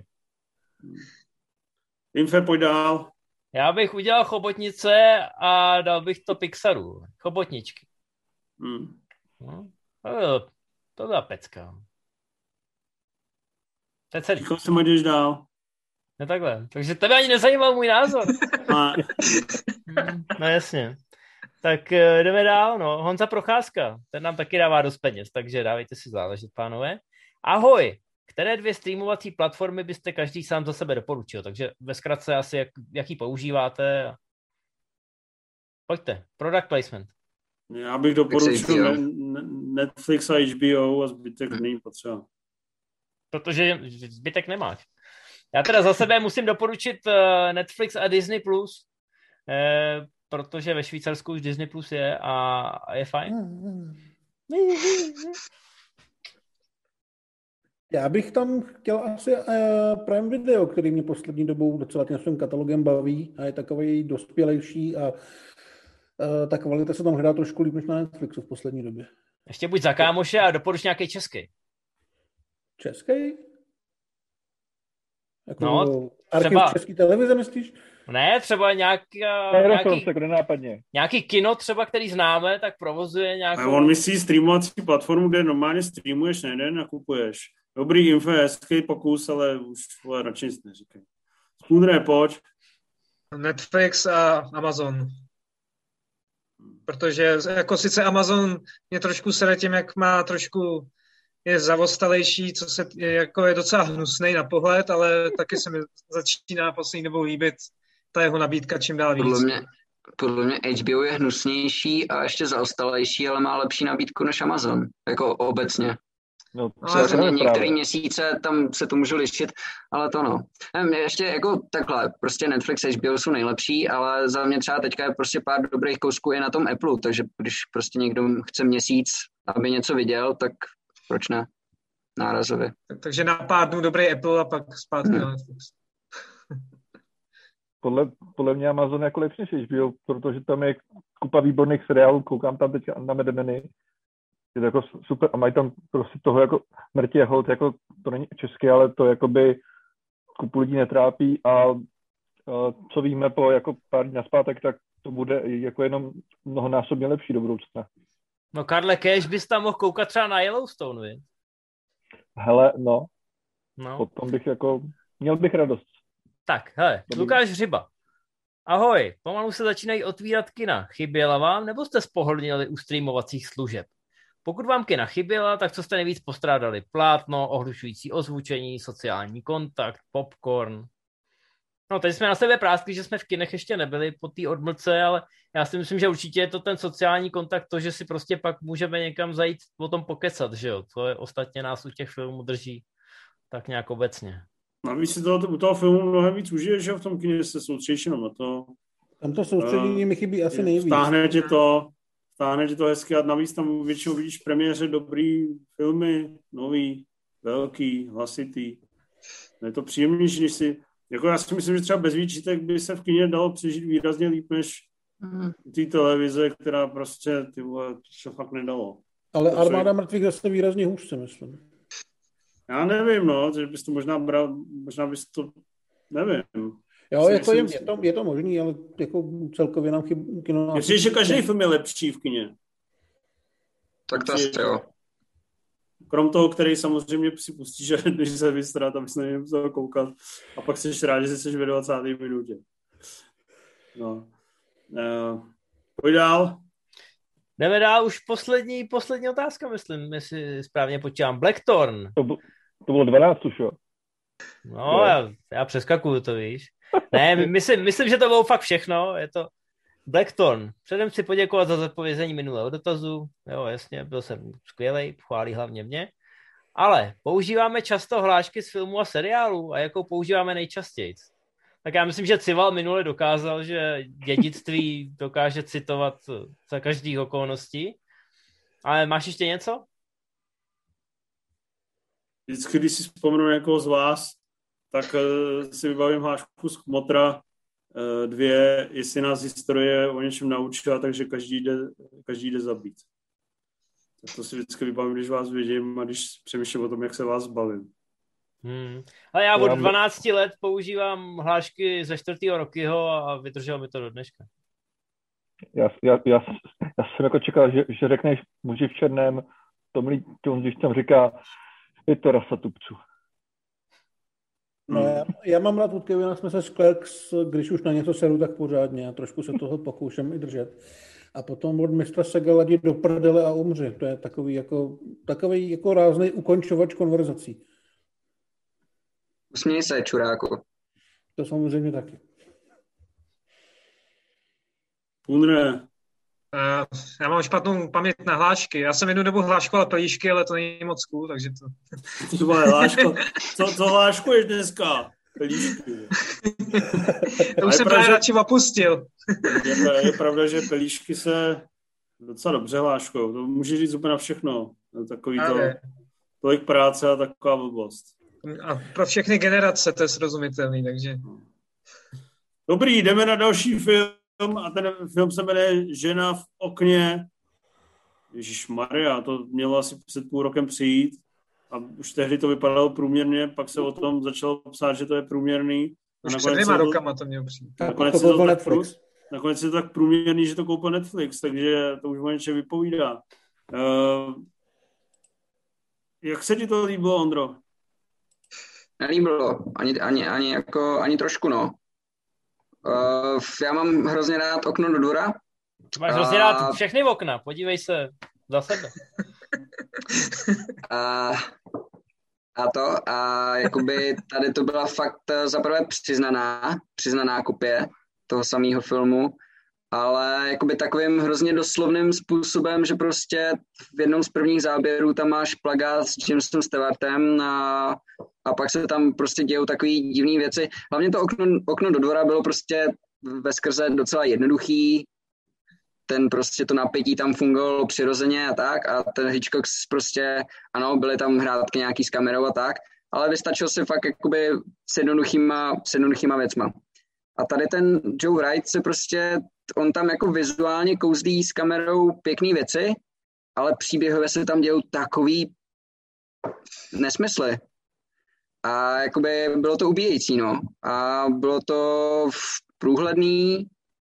Infe, pojď dál. Já bych udělal Chobotnice a dal bych to Pixaru. Chobotničky. Hmm. No, to, byl, to byla pecka. To je celý. Ticho se jdeš dál. No takhle. Takže tebe ani nezajímal můj názor. A... No jasně. Tak jdeme dál. No. Honza Procházka. Ten nám taky dává dost peněz, takže dávejte si záležet, pánové. Ahoj. Které dvě streamovací platformy byste každý sám za sebe doporučil? Takže ve zkratce asi, jak, jaký používáte. Pojďte. Product placement. Já bych doporučil Netflix a H B O a zbytek není potřeba. Protože zbytek nemáš. Já teda za sebe musím doporučit Netflix a Disney Plus, eh, protože ve Švýcarsku už Disney Plus je a, a je fajn. Já bych tam chtěl asi uh, Prime Video, který mě poslední dobou docela tím svým katalogem baví a je takový dospělejší a uh, ta kvalita se tam hledá trošku líp než na Netflixu v poslední době. Ještě buď za kámoše a doporuč nějaký český. Český? Jako no, archiv třeba... české televize, myslíš? Ne, třeba nějaký, nějaký, nějaký kino třeba, který známe, tak provozuje nějakou... A on myslí streamovací platformu, kde normálně streamuješ, nejde, nakupuješ. Dobrý info, hezký pokus, ale už vole, radši nic neříkej. Spůdre, pojď. Netflix a Amazon. Protože jako sice Amazon mě trošku sere tím, jak má trošku je zavostalejší, co se jako je docela hnusnej na pohled, ale taky se mi začíná poslední dobou líbit ta jeho nabídka čím dál víc. Podle mě, podle mě H B O je hnusnější a ještě zaostalejší, ale má lepší nabídku než Amazon, jako obecně. No, samozřejmě některé měsíce tam se to můžu lišit, ale to no. Ještě jako takhle, prostě Netflix a H B O jsou nejlepší, ale za mě třeba teďka je prostě pár dobrých kousků i na tom Apple, takže když prostě někdo chce měsíc, aby něco viděl, tak proč ne? Nárazově. Tak, takže na pár dnů dobrý Apple a pak zpátky hmm. na Netflix. Podle, podle mě Amazon jako lepší než H B O, protože tam je kupa výborných seriálů, koukám tam teď na Mad Men. Je to jako super a mají tam prostě toho jako Mrtě a hold, jako to není české, ale to jakoby kupu lidí netrápí a, a co víme po jako pár dní nazpátek, tak to bude jako jenom mnohonásobně lepší do budoucna. No Karle, kéž bys tam mohl koukat třeba na Yellowstone, vy? Hele, no. no. Potom bych jako, měl bych radost. Tak, hele, Dobrý. Lukáš Hřiba. Ahoj, pomalu se začínají otvírat kina. Chyběla vám, nebo jste spohodlněli u streamovacích služeb? Pokud vám kina chyběla, tak co jste nejvíc postrádali? Plátno, ohlušující ozvučení, sociální kontakt, popcorn. No, teď jsme na sebe práskli, že jsme v kinech ještě nebyli po té odmlce, ale já si myslím, že určitě je to ten sociální kontakt, to, že si prostě pak můžeme někam zajít o tom pokecat, že jo? To je ostatně nás u těch filmů drží tak nějak obecně. Navíc si toho, u toho filmu mnohem víc užiješ, že v tom kině se soustředíš jenom na to. Tam to soustředění uh, mi chybí asi nejvíc. Stáhne tě to, stáhne tě to hezky a navíc tam většinou vidíš v premiéře dobrý filmy, nový, velký, hlasitý. Je to příjemnější, než si... Jako já si myslím, že třeba bez výčitek by se v kině dalo přežít výrazně líp, než mm. té televize, která prostě ty vole, to fakt nedalo. Ale Armáda mrtvých zase výrazně hůř, si myslím. Já nevím, no, že bys to možná bral, možná bys to, nevím. Jo, jako je, je, to, je to možný, ale jako celkově nám chybí kino. Myslím, že každý film je lepší v kině. Tak to asi jo. krom toho, který samozřejmě si pustí, že když se vystrat, aby se na něj musel koukat a pak jsi rád, že jsi ve dvacáté minutě. No. Uh, pojď dál. Jdeme dál, už poslední, poslední otázka, myslím, jestli správně počítám. Blackthorn. To, to bylo dvanáct už, jo? No, já, já přeskakuju to, víš. Ne, myslím, myslím, že to bylo fakt všechno. Je to Blackthorn. Předem chci poděkovat za zodpovězení minulého dotazu. Jo, jasně, byl jsem skvělej, chválí hlavně mě. Ale používáme často hlášky z filmů a seriálů a jakou používáme nejčastěji? Tak já myslím, že Cival minule dokázal, že dědictví dokáže citovat za každých okolností. Ale máš ještě něco? Vždycky, když si vzpomenu někoho z vás, tak uh, si vybavím hlášku z Kmotra uh, dvě, jestli nás historie o něčem naučila, takže každý jde, každý jde zabít. Tak to si vždycky vybavím, když vás vidím a když přemýšlím o tom, jak se vás bavím. Hmm. Ale já od dvanácti let používám hlášky ze čtvrtého Rockyho a vydrželo mi to do dneška. Já, já, já, já jsem jako čekal, že, že řekneš muži v černém, Tom Lee Jones, když tam říká, je to rasa tupců. No, já, já mám rád od Kevina jsme se s Clerks, když už na něco seru, tak pořádně. A trošku se toho pokouším i držet. A potom od mistra Segala jdi do prdele a umři. To je takový jako, takový jako ráznej ukončovač konverzací. Usměj se, čuráku. To samozřejmě taky. Punre. Uh, já mám špatnou paměť na hlášky. Já jsem jednu dobu hláškoval pelíšky, ale to není moc cool, takže to... Ty vole, hláško. Co, co hláškuješ dneska? Pelíšky. To už jsem právě radši opustil. je, je pravda, že pelíšky se docela dobře hláškujou. To může říct úplně všechno. Takový to, tolik práce a taková blbost. A pro všechny generace to je srozumitelný, takže... Dobrý, jdeme na další film a ten film se jmenuje Žena v okně. Ježišmarja, to mělo asi před půl rokem přijít a už tehdy to vypadalo průměrně, pak se o tom začalo psát, že to je průměrný. Už před dvěma rokama to mělo přijít. Nakonec, to to Netflix. nakonec je to tak průměrný, že to koupil Netflix, takže to už o něčem vypovídá. Uh, jak se ti to líbilo, Ondro? Nelíbilo, ani, ani, ani, jako, ani trošku, no. Uh, já mám hrozně rád Okno do dvora. Máš uh, hrozně rád všechny okna, podívej se za sebe. A, a to, a jakoby tady to byla fakt zaprvé přiznaná, přiznaná kopie toho samého filmu, ale jakoby takovým hrozně doslovným způsobem, že prostě v jednom z prvních záběrů tam máš plagát s Jamesem Stewartem a, a pak se tam prostě dějou takový divný věci. Hlavně to okno, okno do dvora bylo prostě veskrze docela jednoduchý, ten prostě to napětí tam fungovalo přirozeně a tak a ten Hitchcock prostě, ano, byly tam hrátky nějaký s kamerou a tak, ale vystačil si fakt jakoby s jednoduchýma, s jednoduchýma věcma. A tady ten Joe Wright se prostě, on tam jako vizuálně kouzlí s kamerou pěkný věci, ale příběhově se tam dějou takový nesmysly. A jakoby bylo to ubíjející, no. A bylo to průhledný,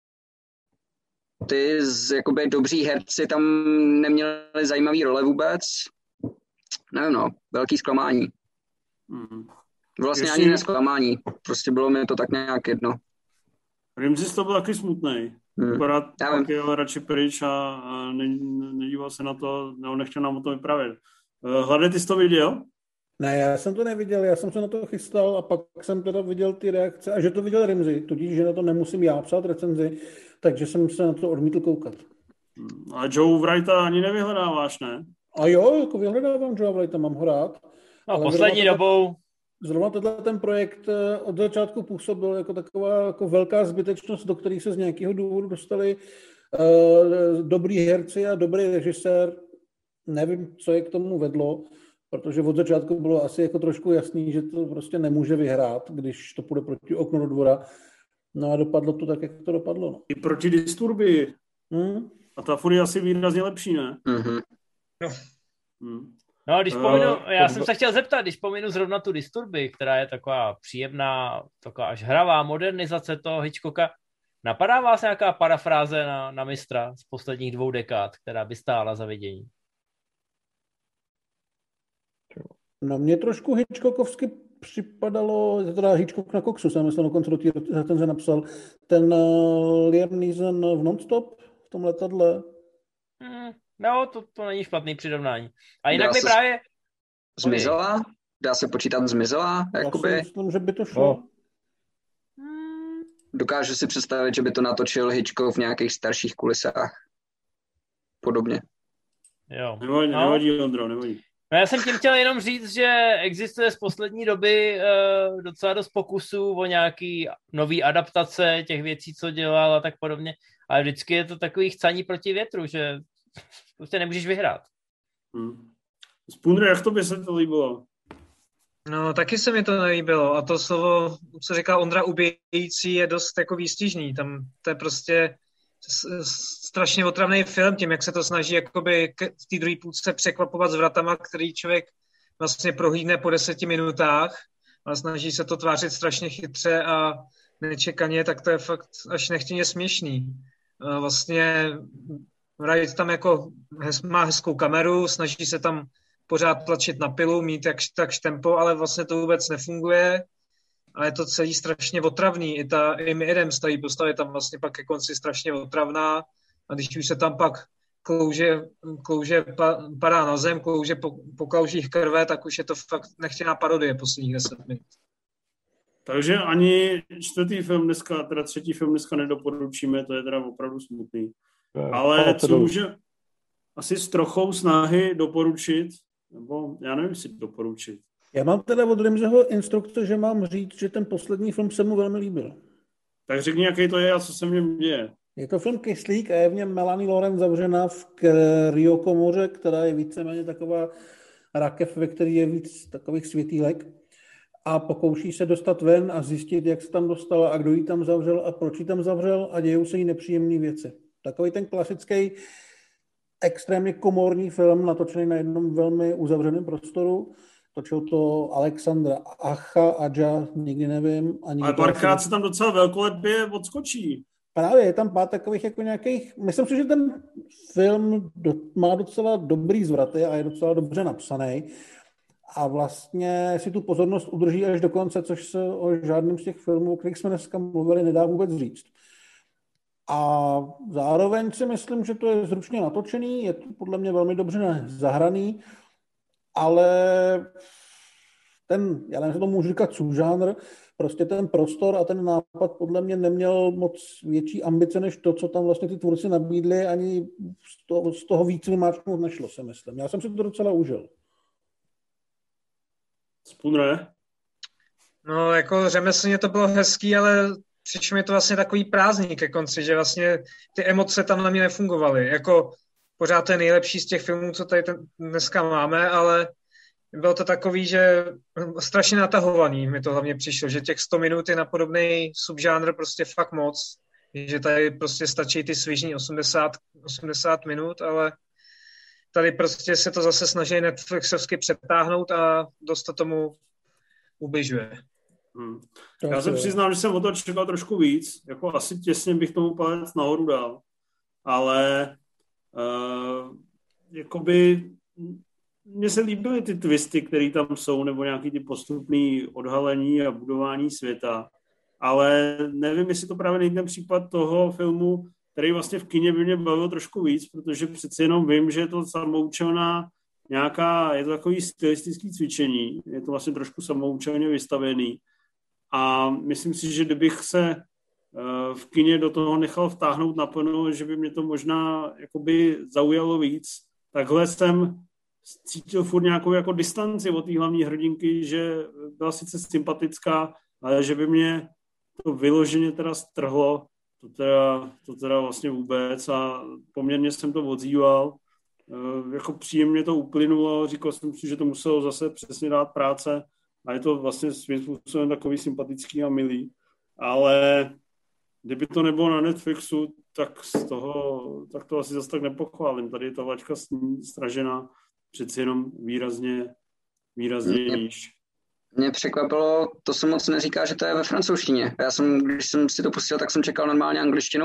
ty z, jakoby dobří herci tam neměli zajímavý role vůbec. Nevím, no, velký zklamání. Mm. Vlastně Jestli... ani nesklamání, prostě bylo mi to tak nějak jedno. Rimzis to byl taky smutnej. Hmm. Akorát pak jel radši pryč a, a ne, nedíval se na to, nebo nechtěl nám o tom vyprávět. Hlade, ty jsi to viděl? Ne, já jsem to neviděl, já jsem se na to chystal a pak jsem teda viděl ty reakce a že to viděl Rimzi, tudíž, že na to nemusím já psát recenzi, takže jsem se na to odmítl koukat. A Joe Wrighta ani nevyhledáváš, ne? A jo, jako vyhledávám Joe Wrighta, mám ho rád. No, poslední dobou... Zrovna tenhle ten projekt od začátku působil jako taková jako velká zbytečnost, do které se z nějakého důvodu dostali uh, dobrý herci a dobrý režisér. Nevím, co je k tomu vedlo, protože od začátku bylo asi jako trošku jasný, že to prostě nemůže vyhrát, když to půjde proti Okno do dvora. No a dopadlo to tak, jak to dopadlo. No. I proti Disturbii. Hmm? A ta furt je asi výrazně lepší, ne? Mm-hmm. No. Hmm. No, když pominu, Uh, já jsem se chtěl zeptat, když pominu zrovna tu Disturbii, která je taková příjemná, taková až hravá modernizace toho Hitchcocka, napadá vás nějaká parafráze na, na mistra z posledních dvou dekád, která by stála za vidění? No mě trošku Hitchcockovsky připadalo, teda Hitchcock na koksu, jsem myslím dokonce do té recenze napsal, ten uh, Liam Neeson v Non-Stop, v tom letadle. Hmm, no, to, to není špatný přirovnání. A jinak Dá mi se právě... Zmizela? Dá se počítat zmizela? Jakoby... Já si myslím, že by to šlo. No. Dokážu si představit, že by to natočil Hitchcock v nějakých starších kulisách. Podobně. Jo. Nevadí, no. nevadí, Ondro, nevadí. No já jsem tím chtěl jenom říct, že existuje z poslední doby uh, docela dost pokusů o nějaký nový adaptace těch věcí, co dělal a tak podobně. Ale vždycky je to takový chcání proti větru, že prostě nemůžeš vyhrát. Hmm. Spooner, jak to by se to líbilo? No, taky se mi to nelíbilo. A to slovo, co říká Ondra, ubíjející, je dost jako výstižný. Tam to je prostě strašně otravný film, tím, jak se to snaží jakoby v té druhé půlce překvapovat s vratama, který člověk vlastně prohlídne po deseti minutách a snaží se to tvářit strašně chytře a nečekaně, tak to je fakt až nechtěně směšný. A vlastně Wright tam jako hez, má hezkou kameru, snaží se tam pořád tlačit na pilu, mít jak, tak tempo, ale vlastně to vůbec nefunguje a je to celý strašně otravný. I ta Amy Adams, ta její postava je tam vlastně pak ke konci strašně otravná a když už se tam pak klouže, klouže pa, padá na zem, klouže po, po kloužích krve, tak už je to fakt nechtěná parodie posledních deset minut. Takže ani čtvrtý film dneska, teda třetí film dneska nedoporučíme, to je teda opravdu smutný. Ale co může asi s trochou snahy doporučit, nebo já nevím, jestli doporučit. Já mám teda od Rimzeho instrukce, že mám říct, že ten poslední film se mu velmi líbil. Tak řekni, jaký to je a co se v něm děje. Je to film Kyslík a je v něm Melanie Laurent zavřená v kryokomoře, která je víceméně taková rakev, ve který je víc takových světýlek a pokouší se dostat ven a zjistit, jak se tam dostala a kdo ji tam zavřel a proč ji tam zavřel a dějou se jí nepříjemné věci. Takový ten klasický extrémně komorní film, natočený na jednom velmi uzavřeném prostoru. Točil to Alexandra Acha, Adja, nikdy nevím. Ani ale párkrát se tam docela velkolepě odskočí. Právě, je tam pár takových jako nějakých... Myslím si, že ten film do, má docela dobrý zvraty a je docela dobře napsaný. A vlastně si tu pozornost udrží až do konce, což se o žádném z těch filmů, o kterých jsme dneska mluvili, nedá vůbec říct. A zároveň si myslím, že to je zručně natočený, je to podle mě velmi dobře zahraný, ale ten, já nevím, že to můžu říkat subžánr, prostě ten prostor a ten nápad podle mě neměl moc větší ambice, než to, co tam vlastně ty tvůrci nabídli, ani z toho, z toho víc vymáčknout nešlo, si myslím. Já jsem si to docela užil. Spooner? No, jako řemeslně to bylo hezký, ale přišlo mi to vlastně takový prázdník ke konci, že vlastně ty emoce tam na mě nefungovaly. Jako pořád to je nejlepší z těch filmů, co tady ten, dneska máme, ale bylo to takový, že strašně natahovaný mi to hlavně přišlo, že těch sto minut je na podobný subžánr prostě fakt moc, že tady prostě stačí ty svižní osmdesát, osmdesát minut, ale tady prostě se to zase snaží Netflixovsky přetáhnout a dost to tomu ubližuje. Hmm. Já se přiznám, že jsem o to čekal trošku víc, jako asi těsně bych tomu palec nahoru dal, ale uh, jakoby mně se líbily ty twisty, které tam jsou, nebo nějaký ty postupný odhalení a budování světa, ale nevím, jestli to právě není ten případ toho filmu, který vlastně v kině by mě bavil trošku víc, protože přeci jenom vím, že je to samoučelná nějaká, je to takový stylistický cvičení, je to vlastně trošku samoučelně vystavený a myslím si, že kdybych se v kině do toho nechal vtáhnout naplno, že by mě to možná jakoby zaujalo víc. Takhle jsem cítil furt nějakou jako distanci od té hlavní hrdinky, že byla sice sympatická, ale že by mě to vyloženě teda strhlo, to teda, to teda vlastně vůbec a poměrně jsem to odzýval. Jako příjemně to uplynulo, říkal jsem si, že to muselo zase přesně dát práce a je to vlastně svým způsobem takový sympatický a milý, ale kdyby to nebylo na Netflixu, tak z toho, tak to asi zase tak nepochválím. Tady je ta laťka stražená přeci jenom výrazně, výrazně mě, níž. Mě překvapilo, to se moc neříká, že to je ve francouzštině. Já jsem, když jsem si to pustil, tak jsem čekal normálně angličtinu,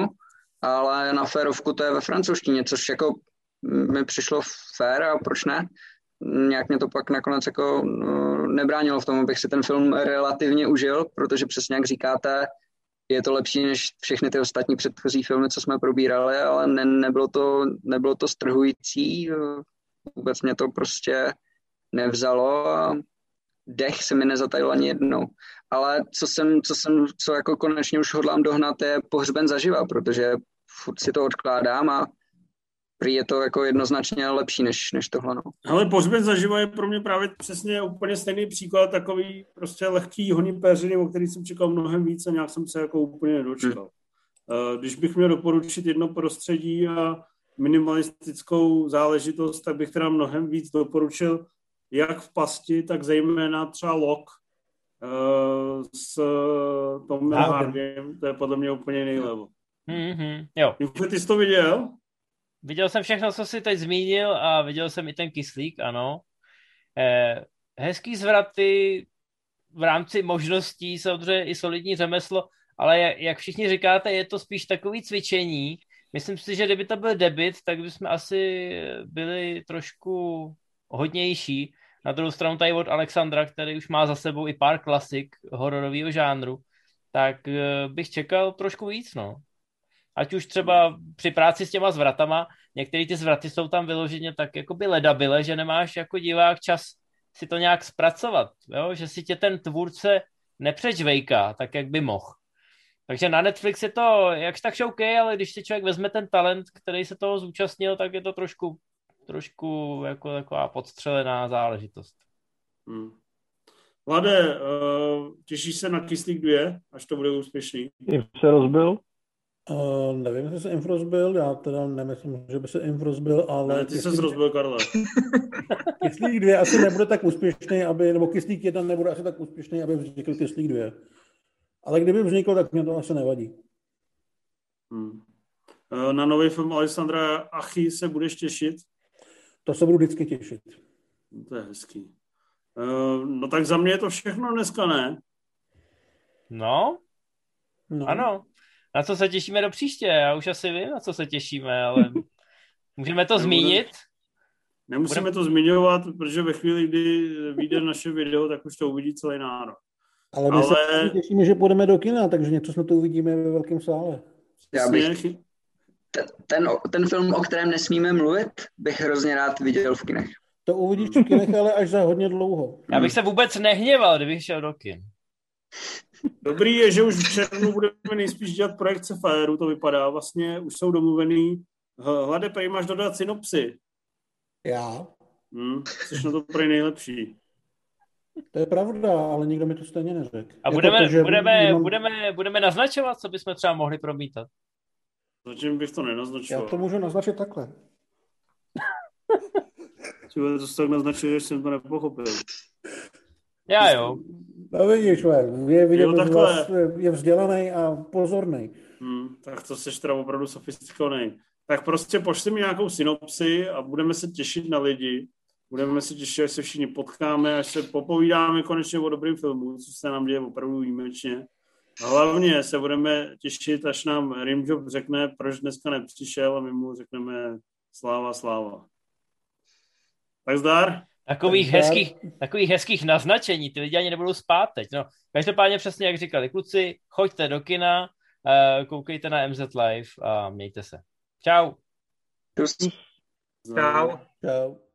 ale na férovku to je ve francouzštině, což jako mi přišlo fér a proč ne? nějak mě to pak nakonec jako no, nebránilo v tom, abych si ten film relativně užil, protože přesně jak říkáte, je to lepší než všechny ty ostatní předchozí filmy, co jsme probírali, ale ne, nebylo to, nebylo to strhující, vůbec mě to prostě nevzalo a dech se mi nezatajil ani jednou. Ale co jsem, co jsem, co jako konečně už hodlám dohnat, je Pohřben zaživa, protože furt si to odkládám a prý je to jako jednoznačně lepší než, než tohle. No. Ale Pohřben zaživa je pro mě právě přesně úplně stejný příklad, takový prostě lehký honí péřiny, o který jsem čekal mnohem víc a nějak jsem se jako úplně nedočkal. Hmm. Když bych měl doporučit jedno prostředí a minimalistickou záležitost, tak bych teda mnohem víc doporučil jak v Pasti, tak zejména třeba Lock uh, s Tomem Hardym, to je podle mě úplně nejlevo. Mm-hmm, jo. Ty jsi to viděl? Viděl jsem všechno, co jsi teď zmínil a viděl jsem i ten Kyslík, ano. Eh, hezký zvraty v rámci možností, samozřejmě i solidní řemeslo, ale jak, jak všichni říkáte, je to spíš takový cvičení. Myslím si, že kdyby to byl debut, tak bychom asi byli trošku hodnější. Na druhou stranu tady od Alexandra, který už má za sebou i pár klasik hororového žánru, tak bych čekal trošku víc, no. Ať už třeba při práci s těma zvratama, některé ty zvraty jsou tam vyloženě tak jakoby ledabile, že nemáš jako divák čas si to nějak zpracovat, jo? Že si tě ten tvůrce nepřežvejká, tak jak by mohl. Takže na Netflix je to jakž tak OK, ale když si člověk vezme ten talent, který se toho zúčastnil, tak je to trošku trošku jako taková podstřelená záležitost. Hmm. Vlade, uh, těšíš se na Kyslík dva, až to bude úspěšný? Jim se rozbil? Uh, nevím, jestli se Inf rozbil, já teda nemyslím, že by se Inf rozbil, ale... Ne, ty se rozbil, Karle. Kyslík dva asi nebude tak úspěšný, aby, nebo Kyslík jedna nebude asi tak úspěšný, aby vznikl Kyslík dva. Ale kdyby vznikl, tak mě to asi nevadí. Hmm. Uh, na nový film Alexandra Achy se budeš těšit? To se budu vždycky těšit. To je hezký. Uh, no tak za mě je to všechno dneska, ne? No, no, ano. Na co se těšíme do příště? Já už asi vím, na co se těšíme, ale můžeme to zmínit? Nemusíme Budem... to zmiňovat, protože ve chvíli, kdy vyjde naše video, tak už to uvidí celý národ. Ale my ale... se těšíme, že půjdeme do kina, takže něco jsme to uvidíme ve velkém sále. Já bych... Ten, ten film, o kterém nesmíme mluvit, bych hrozně rád viděl v kinech. To uvidíš v kinech, ale až za hodně dlouho. Já bych se vůbec nehněval, kdybych šel do kin. Dobrý je, že už v červnu budeme nejspíš dělat projekce Fairu, to vypadá. Vlastně už jsou domluvený. Hlade, prej máš dodat synopsy. Já? Hmm, jsi na to prej nejlepší. To je pravda, ale nikdo mi to stejně neřekl. A budeme, to, že budeme, mám... budeme, budeme naznačovat, co bychom třeba mohli promítat. Zatím bych to nenaznačoval. Já to můžu naznačit takhle. Čili to jsi tak naznačil, že jsem to nepochopil. Já jo. No vidíš, je, vidět, je vzdělaný a pozorný. Hmm, tak to seš teda opravdu sofistikovaný. Tak prostě pošli mi nějakou synopsi a budeme se těšit na lidi. Budeme se těšit, až se všichni potkáme, až se popovídáme konečně o dobrým filmu, co se nám děje opravdu výjimečně. A hlavně se budeme těšit, až nám Rimjob řekne, proč dneska nepřišel a my mu řekneme sláva, sláva. Tak zdar. Takových hezkých, takových hezkých naznačení, ty lidi ani nebudou spát teď. No, každopádně přesně jak říkali kluci, choďte do kina, koukejte na M Z Live a mějte se. Čau. Čau. Čau.